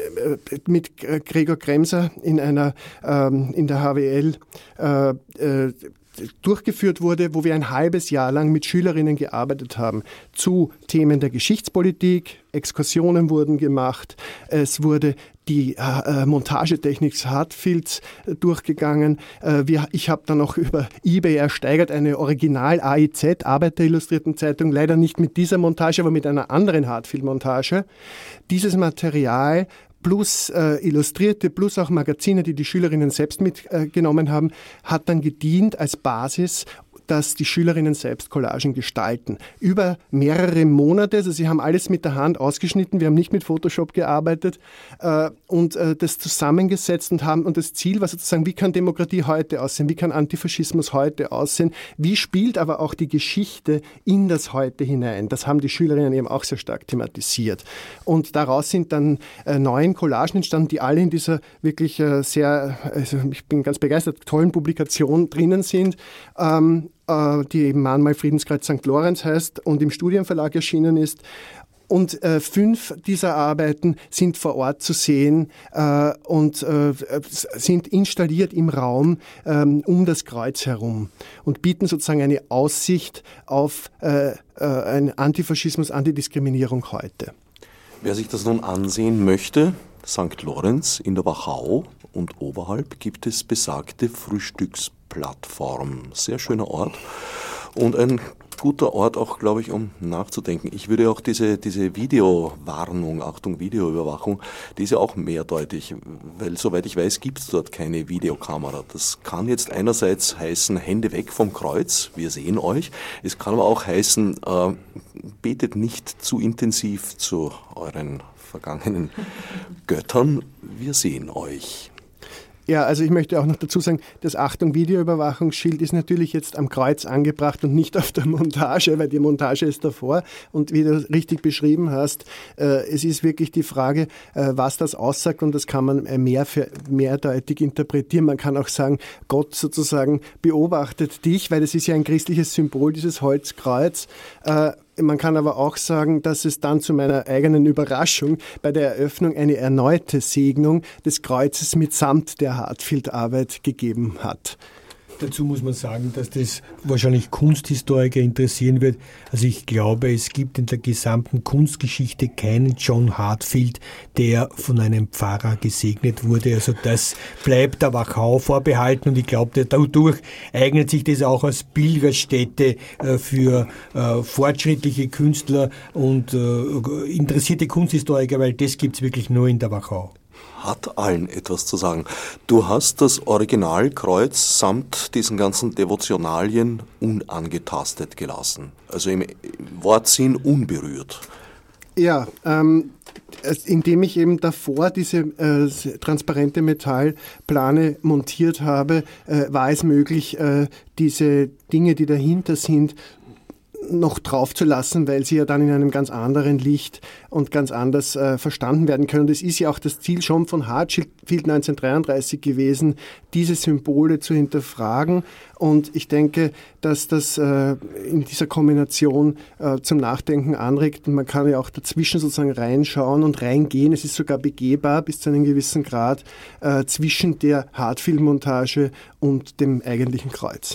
mit Gregor Kremser in einer äh, in der H W L äh, äh, durchgeführt wurde, wo wir ein halbes Jahr lang mit Schülerinnen gearbeitet haben zu Themen der Geschichtspolitik. Exkursionen wurden gemacht. Es wurde die äh, Montagetechnik Heartfields äh, durchgegangen. Äh, wir, ich habe dann auch über eBay ersteigert eine Original-A I Z, Arbeiterillustrierten Zeitung, leider nicht mit dieser Montage, aber mit einer anderen Heartfield-Montage. Dieses Material plus äh, Illustrierte, plus auch Magazine, die die Schülerinnen selbst mitgenommen äh, haben, hat dann gedient als Basis, dass die Schülerinnen selbst Collagen gestalten. Über mehrere Monate, also sie haben alles mit der Hand ausgeschnitten, wir haben nicht mit Photoshop gearbeitet äh, und äh, das zusammengesetzt und haben, und das Ziel war sozusagen, wie kann Demokratie heute aussehen, wie kann Antifaschismus heute aussehen, wie spielt aber auch die Geschichte in das Heute hinein. Das haben die Schülerinnen eben auch sehr stark thematisiert. Und daraus sind dann äh, neun Collagen entstanden, die alle in dieser wirklich äh, sehr, also ich bin ganz begeistert, tollen Publikation drinnen sind, ähm, die eben Mahnmal Friedenskreuz Sankt Lorenz heißt und im Studienverlag erschienen ist. Und äh, fünf dieser Arbeiten sind vor Ort zu sehen äh, und äh, sind installiert im Raum äh, um das Kreuz herum und bieten sozusagen eine Aussicht auf äh, äh, einen Antifaschismus, Antidiskriminierung heute. Wer sich das nun ansehen möchte, Sankt Lorenz in der Wachau und oberhalb gibt es besagte Frühstücksplattform. Sehr schöner Ort und ein guter Ort auch, glaube ich, um nachzudenken. Ich würde auch diese, diese Videowarnung, Achtung, Videoüberwachung, die ist ja auch mehrdeutig, weil soweit ich weiß, gibt es dort keine Videokamera. Das kann jetzt einerseits heißen, Hände weg vom Kreuz, wir sehen euch. Es kann aber auch heißen, äh, betet nicht zu intensiv zu euren vergangenen Göttern, wir sehen euch. Ja, also ich möchte auch noch dazu sagen, das Achtung Videoüberwachungsschild ist natürlich jetzt am Kreuz angebracht und nicht auf der Montage, weil die Montage ist davor. Und wie du richtig beschrieben hast, äh, es ist wirklich die Frage, äh, was das aussagt und das kann man äh, mehr für, mehrdeutig interpretieren. Man kann auch sagen, Gott sozusagen beobachtet dich, weil das ist ja ein christliches Symbol, dieses Holzkreuz. Äh, Man kann aber auch sagen, dass es dann zu meiner eigenen Überraschung bei der Eröffnung eine erneute Segnung des Kreuzes mitsamt der Heartfield-Arbeit gegeben hat. Dazu muss man sagen, dass das wahrscheinlich Kunsthistoriker interessieren wird. Also ich glaube, es gibt in der gesamten Kunstgeschichte keinen John Heartfield, der von einem Pfarrer gesegnet wurde. Also das bleibt der Wachau vorbehalten und ich glaube, dadurch eignet sich das auch als Pilgerstätte für fortschrittliche Künstler und interessierte Kunsthistoriker, weil das gibt es wirklich nur in der Wachau. Hat allen etwas zu sagen. Du hast das Originalkreuz samt diesen ganzen Devotionalien unangetastet gelassen. Also im Wortsinn unberührt. Ja, ähm, indem ich eben davor diese äh, transparente Metallplane montiert habe, äh, war es möglich, äh, diese Dinge, die dahinter sind, noch drauf zu lassen, weil sie ja dann in einem ganz anderen Licht und ganz anders äh, verstanden werden können. Und es ist ja auch das Ziel schon von Heartfield neunzehnhundertdreiunddreißig gewesen, diese Symbole zu hinterfragen. Und ich denke, dass das äh, in dieser Kombination äh, zum Nachdenken anregt. Und man kann ja auch dazwischen sozusagen reinschauen und reingehen. Es ist sogar begehbar bis zu einem gewissen Grad äh, zwischen der Heartfield-Montage und dem eigentlichen Kreuz.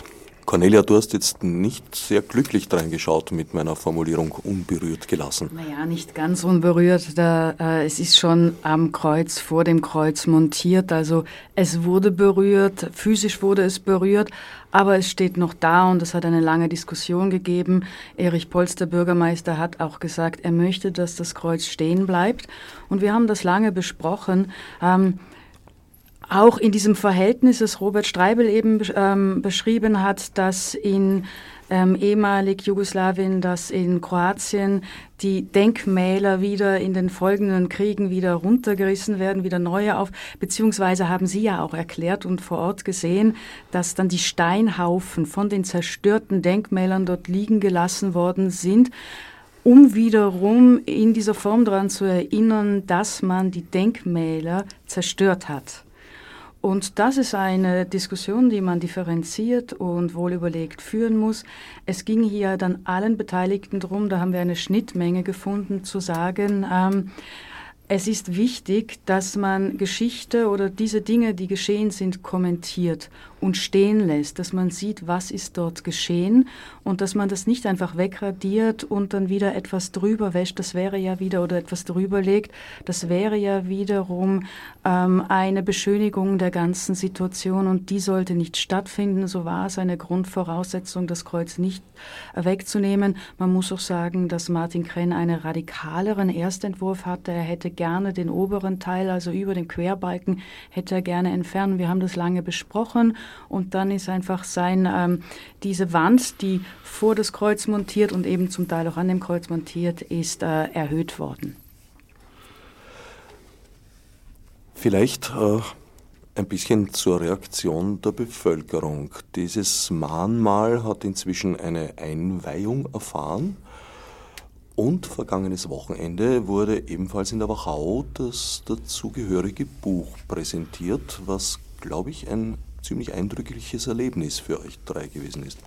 Cornelia, du hast jetzt nicht sehr glücklich reingeschaut mit meiner Formulierung unberührt gelassen. Naja, nicht ganz unberührt. Da, äh, es ist schon am Kreuz, vor dem Kreuz montiert. Also es wurde berührt, physisch wurde es berührt, aber es steht noch da und es hat eine lange Diskussion gegeben. Erich Polz, der Bürgermeister, hat auch gesagt, er möchte, dass das Kreuz stehen bleibt. Und wir haben das lange besprochen. Ähm, Auch in diesem Verhältnis, das Robert Streibel eben ähm, beschrieben hat, dass in ähm, ehemalig Jugoslawien, dass in Kroatien die Denkmäler wieder in den folgenden Kriegen wieder runtergerissen werden, wieder neue auf, beziehungsweise haben Sie ja auch erklärt und vor Ort gesehen, dass dann die Steinhaufen von den zerstörten Denkmälern dort liegen gelassen worden sind, um wiederum in dieser Form daran zu erinnern, dass man die Denkmäler zerstört hat. Und das ist eine Diskussion, die man differenziert und wohlüberlegt führen muss. Es ging hier dann allen Beteiligten darum, da haben wir eine Schnittmenge gefunden, zu sagen, ähm, es ist wichtig, dass man Geschichte oder diese Dinge, die geschehen sind, kommentiert und stehen lässt, dass man sieht, was ist dort geschehen und dass man das nicht einfach wegradiert und dann wieder etwas drüber wäscht, das wäre ja wieder, oder etwas drüber legt, das wäre ja wiederum ähm, eine Beschönigung der ganzen Situation und die sollte nicht stattfinden. So war es eine Grundvoraussetzung, das Kreuz nicht äh, wegzunehmen. Man muss auch sagen, dass Martin Krenn einen radikaleren Erstentwurf hatte. Er hätte gerne den oberen Teil, also über dem Querbalken, hätte er gerne entfernen. Wir haben das lange besprochen. Und dann ist einfach sein, ähm, diese Wand, die vor das Kreuz montiert und eben zum Teil auch an dem Kreuz montiert ist, äh, erhöht worden. Vielleicht äh, ein bisschen zur Reaktion der Bevölkerung. Dieses Mahnmal hat inzwischen eine Einweihung erfahren. Und vergangenes Wochenende wurde ebenfalls in der Wachau das dazugehörige Buch präsentiert, was, glaube ich, ein ziemlich eindrückliches Erlebnis für euch drei gewesen ist.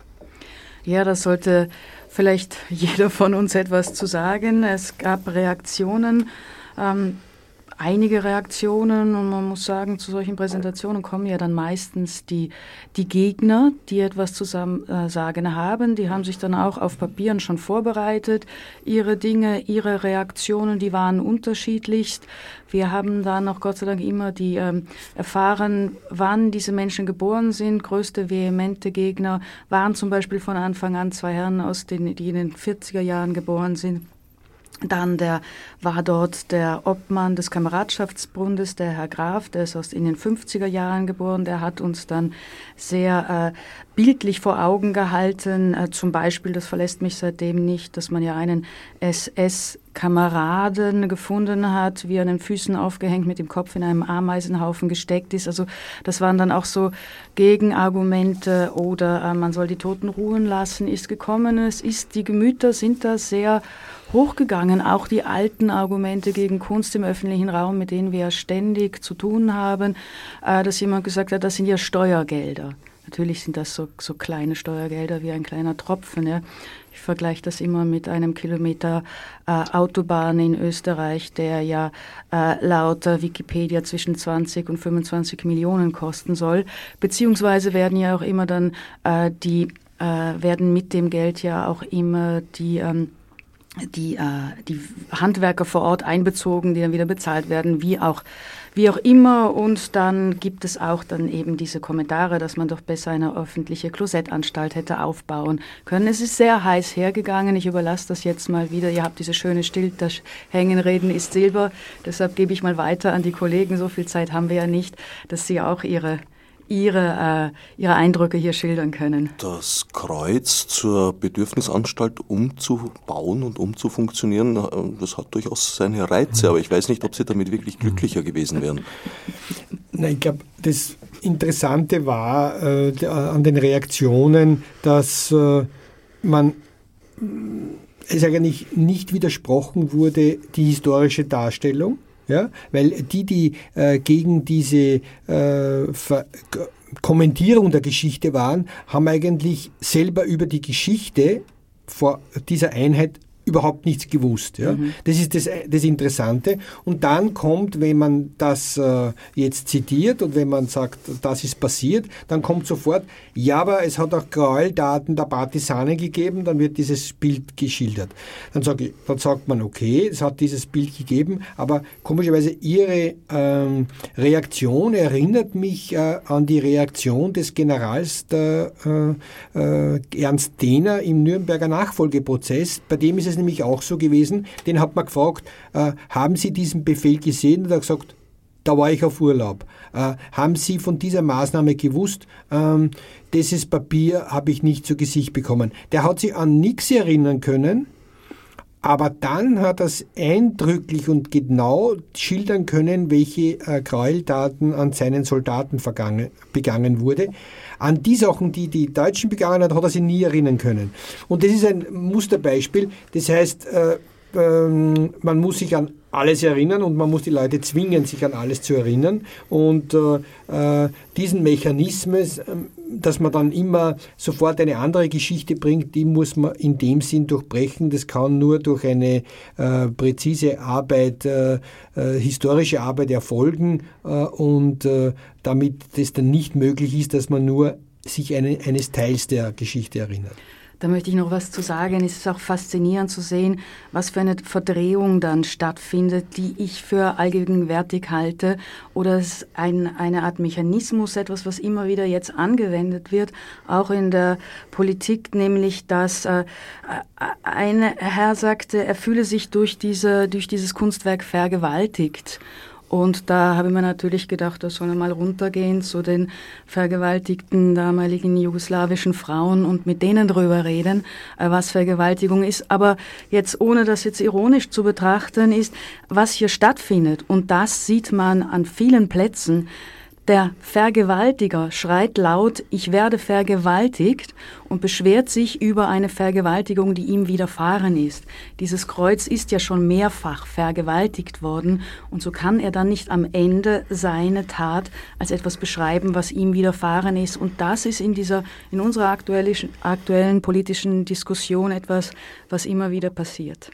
Ja, da sollte vielleicht jeder von uns etwas zu sagen. Es gab Reaktionen, ähm, einige Reaktionen, und man muss sagen, zu solchen Präsentationen kommen ja dann meistens die, die Gegner, die etwas zu äh, sagen haben. Die haben sich dann auch auf Papieren schon vorbereitet. Ihre Dinge, ihre Reaktionen, die waren unterschiedlichst. Wir haben dann auch Gott sei Dank immer die ähm, erfahren, wann diese Menschen geboren sind. Größte vehemente Gegner waren zum Beispiel von Anfang an zwei Herren, aus den, die in den vierziger Jahren geboren sind. Dann der, war dort der Obmann des Kameradschaftsbundes, der Herr Graf, der ist aus in den fünfziger Jahren geboren, der hat uns dann sehr äh, bildlich vor Augen gehalten, äh, zum Beispiel, das verlässt mich seitdem nicht, dass man ja einen S S-Kameraden gefunden hat, wie er an den Füßen aufgehängt, mit dem Kopf in einem Ameisenhaufen gesteckt ist. Also das waren dann auch so Gegenargumente, oder äh, man soll die Toten ruhen lassen, ist gekommen. Es ist, die Gemüter sind da sehr hochgegangen, auch die alten Argumente gegen Kunst im öffentlichen Raum, mit denen wir ja ständig zu tun haben, äh, dass jemand gesagt hat, das sind ja Steuergelder. Natürlich sind das so, so kleine Steuergelder wie ein kleiner Tropfen. Ja. Ich vergleiche das immer mit einem Kilometer äh, Autobahn in Österreich, der ja äh, laut Wikipedia zwischen zwanzig und fünfundzwanzig Millionen kosten soll. Beziehungsweise werden ja auch immer dann äh, die, äh, werden mit dem Geld ja auch immer die ähm, die, äh, die Handwerker vor Ort einbezogen, die dann wieder bezahlt werden, wie auch, wie auch immer. Und dann gibt es auch dann eben diese Kommentare, dass man doch besser eine öffentliche Klosettanstalt hätte aufbauen können. Es ist sehr heiß hergegangen. Ich überlasse das jetzt mal wieder. Ihr habt diese schöne Still, das Hängen, Reden ist Silber. Deshalb gebe ich mal weiter an die Kollegen. So viel Zeit haben wir ja nicht, dass sie auch ihre Ihre, äh, ihre Eindrücke hier schildern können. Das Kreuz zur Bedürfnisanstalt umzubauen und umzufunktionieren, das hat durchaus seine Reize, aber ich weiß nicht, ob Sie damit wirklich glücklicher gewesen wären. Na, ich glaube, das Interessante war äh, an den Reaktionen, dass äh, man es eigentlich nicht widersprochen wurde, die historische Darstellung. Ja, weil die, die äh, gegen diese äh, Ver- Kommentierung der Geschichte waren, haben eigentlich selber über die Geschichte vor dieser Einheit überhaupt nichts gewusst. Ja? Mhm. Das ist das, das Interessante. Und dann kommt, wenn man das äh, jetzt zitiert und wenn man sagt, das ist passiert, dann kommt sofort, ja, aber es hat auch Gräueltaten der Partisanen gegeben, dann wird dieses Bild geschildert. Dann, sag ich, dann sagt man, okay, es hat dieses Bild gegeben, aber komischerweise Ihre ähm, Reaktion erinnert mich äh, an die Reaktion des Generals der, äh, äh, Ernst Dehner im Nürnberger Nachfolgeprozess. Bei dem ist es nämlich auch so gewesen, den hat man gefragt, äh, haben Sie diesen Befehl gesehen? Und er hat gesagt, da war ich auf Urlaub. Äh, haben Sie von dieser Maßnahme gewusst? Ähm, dieses Papier habe ich nicht zu Gesicht bekommen. Der hat sich an nichts erinnern können, aber dann hat er es eindrücklich und genau schildern können, welche äh, Gräueltaten an seinen Soldaten vergangen, begangen wurde. An die Sachen, die die Deutschen begangen hat, hat er sich nie erinnern können. Und das ist ein Musterbeispiel. Das heißt, äh, ähm, man muss sich an alles erinnern und man muss die Leute zwingen, sich an alles zu erinnern. Und äh, diesen Mechanismus, äh, dass man dann immer sofort eine andere Geschichte bringt, die muss man in dem Sinn durchbrechen. Das kann nur durch eine äh, präzise Arbeit, äh, äh, historische Arbeit erfolgen äh, und äh, damit das dann nicht möglich ist, dass man nur sich eine, eines Teils der Geschichte erinnert. Da möchte ich noch was zu sagen. Es ist auch faszinierend zu sehen, was für eine Verdrehung dann stattfindet, die ich für allgegenwärtig halte. Oder es ist ein, eine Art Mechanismus, etwas, was immer wieder jetzt angewendet wird, auch in der Politik, nämlich, dass äh, ein Herr sagte, er fühle sich durch, diese, durch dieses Kunstwerk vergewaltigt. Und da habe ich mir natürlich gedacht, da soll er mal runtergehen zu den vergewaltigten damaligen jugoslawischen Frauen und mit denen drüber reden, was Vergewaltigung ist. Aber jetzt, ohne das jetzt ironisch zu betrachten, ist, was hier stattfindet. Und das sieht man an vielen Plätzen. Der Vergewaltiger schreit laut, ich werde vergewaltigt, und beschwert sich über eine Vergewaltigung, die ihm widerfahren ist. Dieses Kreuz ist ja schon mehrfach vergewaltigt worden, und so kann er dann nicht am Ende seine Tat als etwas beschreiben, was ihm widerfahren ist. Und das ist in dieser, in unserer aktuellen, aktuellen politischen Diskussion etwas, was immer wieder passiert.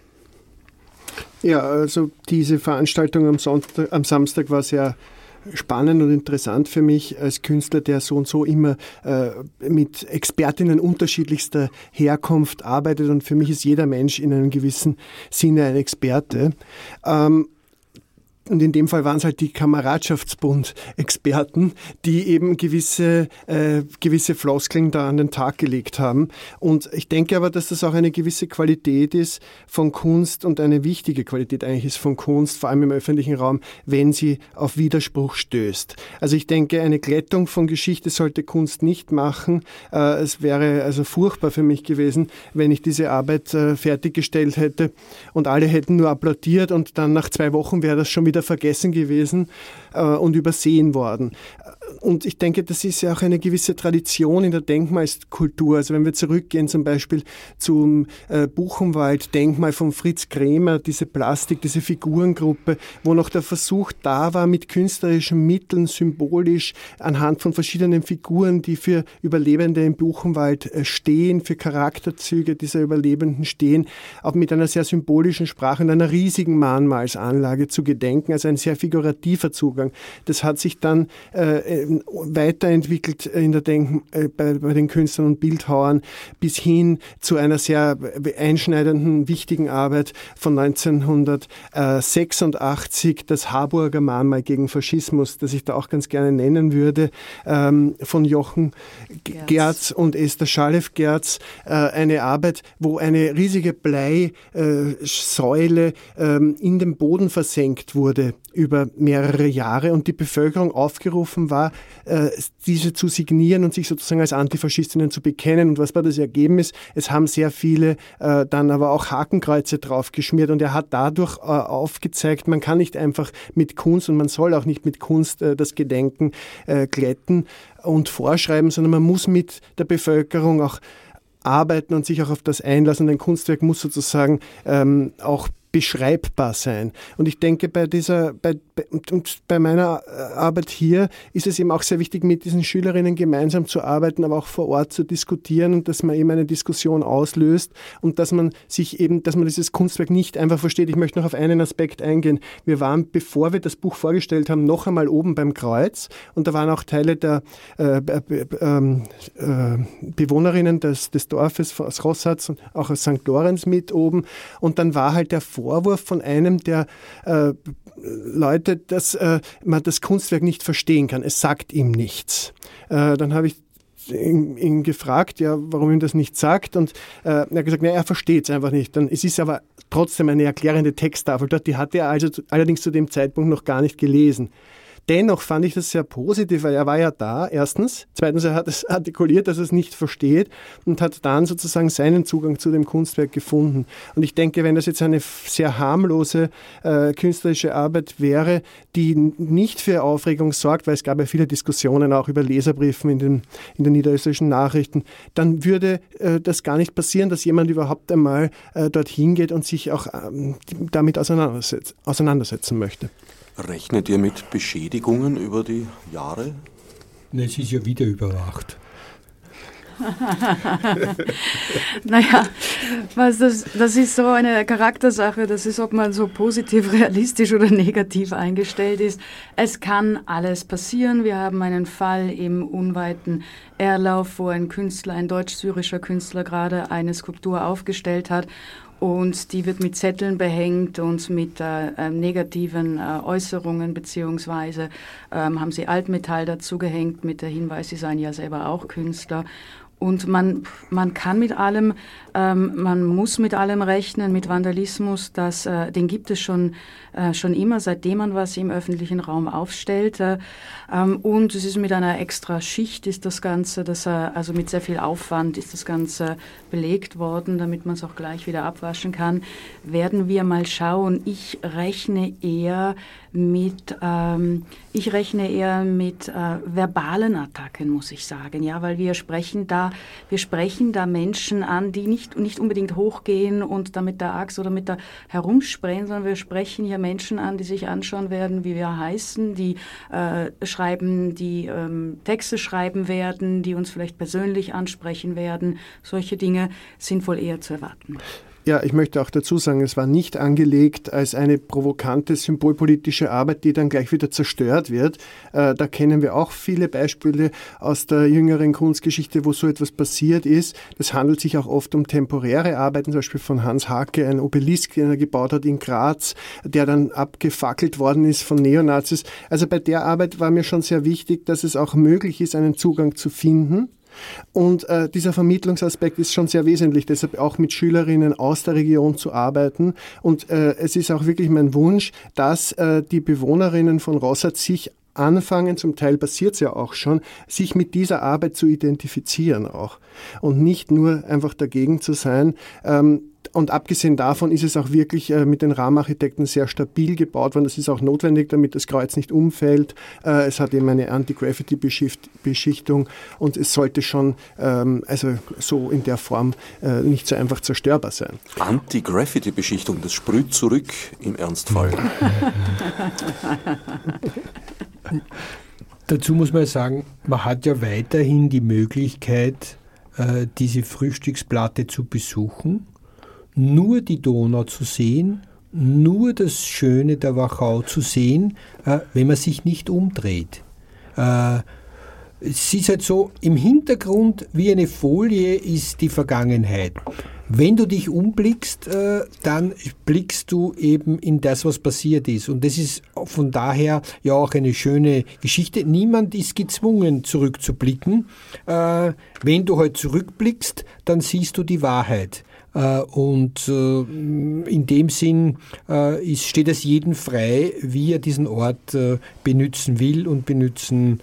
Ja, also diese Veranstaltung am Sonntag, am Samstag war sehr spannend und interessant für mich als Künstler, der so und so immer äh, mit Expertinnen unterschiedlichster Herkunft arbeitet, und für mich ist jeder Mensch in einem gewissen Sinne ein Experte. Ähm, Und in dem Fall waren es halt die Kameradschaftsbund-Experten, die eben gewisse, äh, gewisse Floskeln da an den Tag gelegt haben. Und ich denke aber, dass das auch eine gewisse Qualität ist von Kunst und eine wichtige Qualität eigentlich ist von Kunst, vor allem im öffentlichen Raum, wenn sie auf Widerspruch stößt. Also ich denke, eine Glättung von Geschichte sollte Kunst nicht machen. Äh, es wäre also furchtbar für mich gewesen, wenn ich diese Arbeit äh, fertiggestellt hätte und alle hätten nur applaudiert und dann nach zwei Wochen wäre das schon wieder vergessen gewesen äh, und übersehen worden. Und ich denke, das ist ja auch eine gewisse Tradition in der Denkmalskultur. Also wenn wir zurückgehen zum Beispiel zum äh, Buchenwald-Denkmal von Fritz Kremer, diese Plastik, diese Figurengruppe, wo noch der Versuch da war, mit künstlerischen Mitteln symbolisch anhand von verschiedenen Figuren, die für Überlebende im Buchenwald äh, stehen, für Charakterzüge dieser Überlebenden stehen, auch mit einer sehr symbolischen Sprache und einer riesigen Mahnmalsanlage zu gedenken, also ein sehr figurativer Zugang. Das hat sich dann äh, weiterentwickelt in der Denk äh, bei, bei den Künstlern und Bildhauern bis hin zu einer sehr einschneidenden, wichtigen Arbeit von neunzehnhundertsechsundachtzig, das Harburger Mahnmal gegen Faschismus, das ich da auch ganz gerne nennen würde, ähm, von Jochen Gerz, Gerz und Esther Schalef-Gerz, äh, eine Arbeit, wo eine riesige Bleisäule äh, in den Boden versenkt wurde über mehrere Jahre und die Bevölkerung aufgerufen war, diese zu signieren und sich sozusagen als Antifaschistinnen zu bekennen. Und was war das Ergebnis? Es haben sehr viele äh, dann aber auch Hakenkreuze draufgeschmiert, und er hat dadurch äh, aufgezeigt, man kann nicht einfach mit Kunst und man soll auch nicht mit Kunst äh, das Gedenken äh, glätten und vorschreiben, sondern man muss mit der Bevölkerung auch arbeiten und sich auch auf das einlassen. Und ein Kunstwerk muss sozusagen ähm, auch beschreibbar sein. Und ich denke, bei dieser, bei, bei, und bei meiner Arbeit hier ist es eben auch sehr wichtig, mit diesen Schülerinnen gemeinsam zu arbeiten, aber auch vor Ort zu diskutieren und dass man eben eine Diskussion auslöst und dass man sich eben, dass man dieses Kunstwerk nicht einfach versteht. Ich möchte noch auf einen Aspekt eingehen. Wir waren, bevor wir das Buch vorgestellt haben, noch einmal oben beim Kreuz und da waren auch Teile der äh, äh, äh, Bewohnerinnen des, des Dorfes aus Rossatz und auch aus Sankt Lorenz mit oben und dann war halt der Vorwurf von einem der äh, Leute, dass äh, man das Kunstwerk nicht verstehen kann. Es sagt ihm nichts. Äh, dann habe ich ihn, ihn gefragt, ja, warum ihm das nicht sagt und äh, er hat gesagt, na, er versteht es einfach nicht. Dann, es ist aber trotzdem eine erklärende Texttafel dort, die hatte er also allerdings zu dem Zeitpunkt noch gar nicht gelesen. Dennoch fand ich das sehr positiv, weil er war ja da, erstens. Zweitens, er hat es artikuliert, dass er es nicht versteht und hat dann sozusagen seinen Zugang zu dem Kunstwerk gefunden. Und ich denke, wenn das jetzt eine sehr harmlose äh, künstlerische Arbeit wäre, die nicht für Aufregung sorgt, weil es gab ja viele Diskussionen auch über Leserbriefen in den, in den niederösterreichischen Nachrichten, dann würde äh, das gar nicht passieren, dass jemand überhaupt einmal äh, dorthin geht und sich auch ähm, damit auseinandersetz- auseinandersetzen möchte. Rechnet ihr mit Beschädigungen über die Jahre? Ne, es ist ja wieder überwacht. Naja, was das, das ist so eine Charaktersache, das ist, ob man so positiv, realistisch oder negativ eingestellt ist. Es kann alles passieren. Wir haben einen Fall im unweiten Erlauf, wo ein Künstler, ein deutsch-syrischer Künstler gerade eine Skulptur aufgestellt hat. Und die wird mit Zetteln behängt und mit äh, negativen äh, Äußerungen, beziehungsweise ähm, haben sie Altmetall dazu gehängt mit der Hinweis, sie seien ja selber auch Künstler. Und man, man kann mit allem, ähm, man muss mit allem rechnen, mit Vandalismus, das, äh, den gibt es schon, äh, schon immer, seitdem man was im öffentlichen Raum aufstellt. Äh, ähm, und es ist mit einer extra Schicht ist das Ganze, das, äh, also mit sehr viel Aufwand ist das Ganze belegt worden, damit man es auch gleich wieder abwaschen kann. Werden wir mal schauen. Ich rechne eher mit, ähm, ich rechne eher mit äh, verbalen Attacken, muss ich sagen, ja, weil wir sprechen da Wir sprechen da Menschen an, die nicht, nicht unbedingt hochgehen und da mit der Axt oder mit der herumsprayen, sondern wir sprechen hier Menschen an, die sich anschauen werden, wie wir heißen, die äh, schreiben, die ähm, Texte schreiben werden, die uns vielleicht persönlich ansprechen werden. Solche Dinge sind wohl eher zu erwarten. Ja, ich möchte auch dazu sagen, es war nicht angelegt als eine provokante symbolpolitische Arbeit, die dann gleich wieder zerstört wird. Äh, da kennen wir auch viele Beispiele aus der jüngeren Kunstgeschichte, wo so etwas passiert ist. Das handelt sich auch oft um temporäre Arbeiten, zum Beispiel von Hans Hake, ein Obelisk, den er gebaut hat in Graz, der dann abgefackelt worden ist von Neonazis. Also bei der Arbeit war mir schon sehr wichtig, dass es auch möglich ist, einen Zugang zu finden. Und äh, dieser Vermittlungsaspekt ist schon sehr wesentlich, deshalb auch mit Schülerinnen aus der Region zu arbeiten. Und äh, es ist auch wirklich mein Wunsch, dass äh, die Bewohnerinnen von Rossatz sich anfangen, zum Teil passiert es ja auch schon, sich mit dieser Arbeit zu identifizieren auch. Und nicht nur einfach dagegen zu sein. Ähm, Und abgesehen davon ist es auch wirklich äh, mit den Rahmenarchitekten sehr stabil gebaut worden. Das ist auch notwendig, damit das Kreuz nicht umfällt. Äh, es hat eben eine Anti-Graffiti-Beschichtung und es sollte schon ähm, also so in der Form äh, nicht so einfach zerstörbar sein. Anti-Graffiti-Beschichtung, das sprüht zurück im Ernstfall. Dazu muss man sagen, man hat ja weiterhin die Möglichkeit, äh, diese Frühstücksplatte zu besuchen, nur die Donau zu sehen, nur das Schöne der Wachau zu sehen, äh, wenn man sich nicht umdreht. Äh, es ist halt so, im Hintergrund wie eine Folie ist die Vergangenheit. Wenn du dich umblickst, äh, dann blickst du eben in das, was passiert ist. Und das ist von daher ja auch eine schöne Geschichte. Niemand ist gezwungen, zurückzublicken. Äh, wenn du halt zurückblickst, dann siehst du die Wahrheit. Und in dem Sinn ist, steht es jedem frei, wie er diesen Ort benützen will und benützen,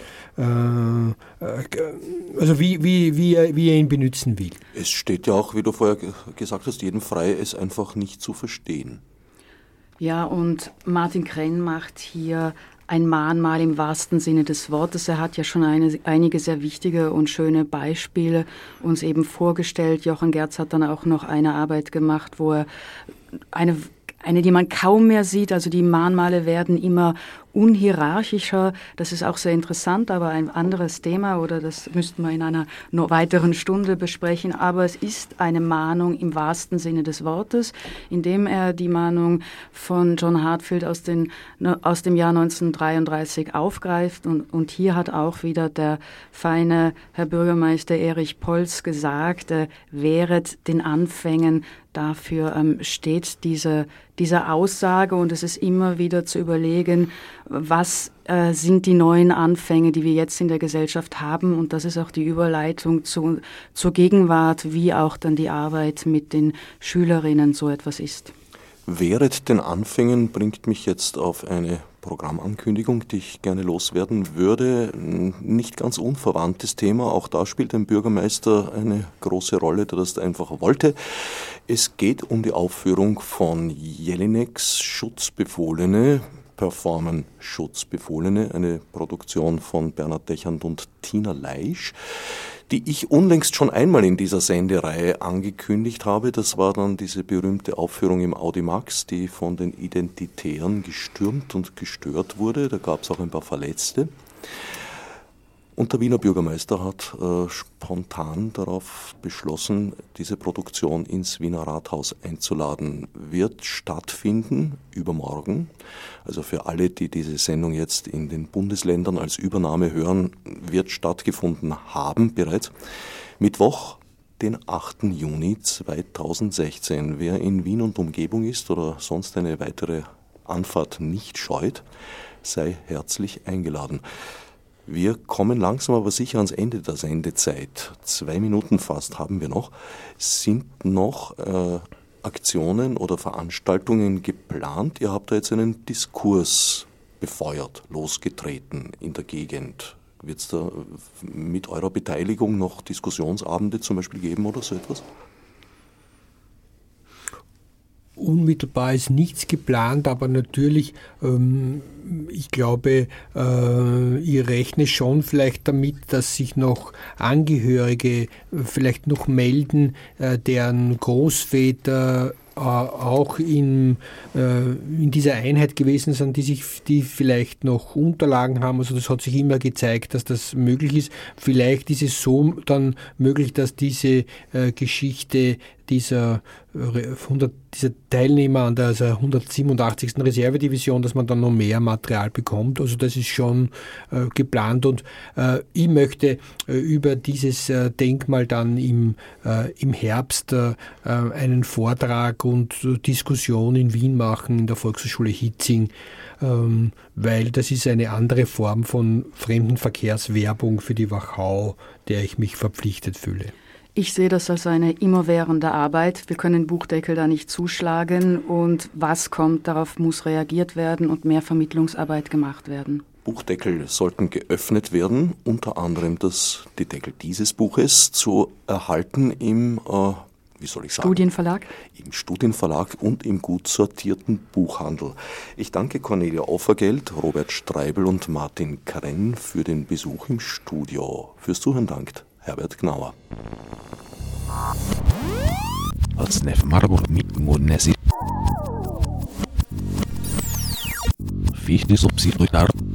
also wie, wie, wie, er, wie er ihn benützen will. Es steht ja auch, wie du vorher gesagt hast, jedem frei, es einfach nicht zu verstehen. Ja, und Martin Krenn macht hier ein Mahnmal im wahrsten Sinne des Wortes. Er hat ja schon eine, einige sehr wichtige und schöne Beispiele uns eben vorgestellt. Jochen Gerz hat dann auch noch eine Arbeit gemacht, wo er eine eine, die man kaum mehr sieht. Also die Mahnmale werden immer unhierarchischer. Das ist auch sehr interessant, aber ein anderes Thema, oder das müssten wir in einer noch weiteren Stunde besprechen. Aber es ist eine Mahnung im wahrsten Sinne des Wortes, indem er die Mahnung von John Heartfield aus, den, aus dem Jahr neunzehnhundertdreiunddreißig aufgreift. Und, und hier hat auch wieder der feine Herr Bürgermeister Erich Polz gesagt, äh, wehret den Anfängen. Dafür ähm, steht diese, diese Aussage, und es ist immer wieder zu überlegen, was äh, sind die neuen Anfänge, die wir jetzt in der Gesellschaft haben, und das ist auch die Überleitung zu, zur Gegenwart, wie auch dann die Arbeit mit den Schülerinnen so etwas ist. Wehret den Anfängen bringt mich jetzt auf eine Programmankündigung, die ich gerne loswerden würde. Nicht ganz unverwandtes Thema, auch da spielt ein Bürgermeister eine große Rolle, der das einfach wollte. Es geht um die Aufführung von Jelineks Schutzbefohlene, performen Schutzbefohlene, eine Produktion von Bernhard Dechand und Tina Leisch, die ich unlängst schon einmal in dieser Sendereihe angekündigt habe. Das war dann diese berühmte Aufführung im Audimax, die von den Identitären gestürmt und gestört wurde. Da gab es auch ein paar Verletzte. Und der Wiener Bürgermeister hat äh, spontan darauf beschlossen, diese Produktion ins Wiener Rathaus einzuladen. Wird stattfinden übermorgen. Also für alle, die diese Sendung jetzt in den Bundesländern als Übernahme hören, wird stattgefunden haben bereits. Mittwoch, den achten Juni zweitausendsechzehn. Wer in Wien und Umgebung ist oder sonst eine weitere Anfahrt nicht scheut, sei herzlich eingeladen. Wir kommen langsam aber sicher ans Ende der Sendezeit. Zwei Minuten fast haben wir noch. Sind noch äh, Aktionen oder Veranstaltungen geplant? Ihr habt da jetzt einen Diskurs befeuert, losgetreten in der Gegend. Wird es da mit eurer Beteiligung noch Diskussionsabende zum Beispiel geben oder so etwas? Unmittelbar ist nichts geplant, aber natürlich, ähm, ich glaube, äh, ich rechne schon vielleicht damit, dass sich noch Angehörige vielleicht noch melden, äh, deren Großväter äh, auch in, äh, in dieser Einheit gewesen sind, die sich, die vielleicht noch Unterlagen haben. Also das hat sich immer gezeigt, dass das möglich ist. Vielleicht ist es so dann möglich, dass diese äh, Geschichte dieser, hundert, dieser Teilnehmer an der also hundertsiebenundachtzigsten Reservedivision, dass man dann noch mehr Material bekommt. Also das ist schon äh, geplant, und äh, ich möchte äh, über dieses äh, Denkmal dann im, äh, im Herbst äh, einen Vortrag und äh, Diskussion in Wien machen, in der Volkshochschule Hitzing, ähm, weil das ist eine andere Form von Fremdenverkehrswerbung für die Wachau, der ich mich verpflichtet fühle. Ich sehe das als eine immerwährende Arbeit. Wir können den Buchdeckel da nicht zuschlagen, und was kommt, darauf muss reagiert werden und mehr Vermittlungsarbeit gemacht werden. Buchdeckel sollten geöffnet werden, unter anderem das, die Deckel dieses Buches zu erhalten im, äh, wie soll ich sagen? Studienverlag? Im Studienverlag und im gut sortierten Buchhandel. Ich danke Cornelia Offergeld, Robert Streibel und Martin Krenn für den Besuch im Studio. Fürs Zuhören dankt Herbert Gnauer. Als Nef Marburg mit Murnesi. Fichte subsidiar.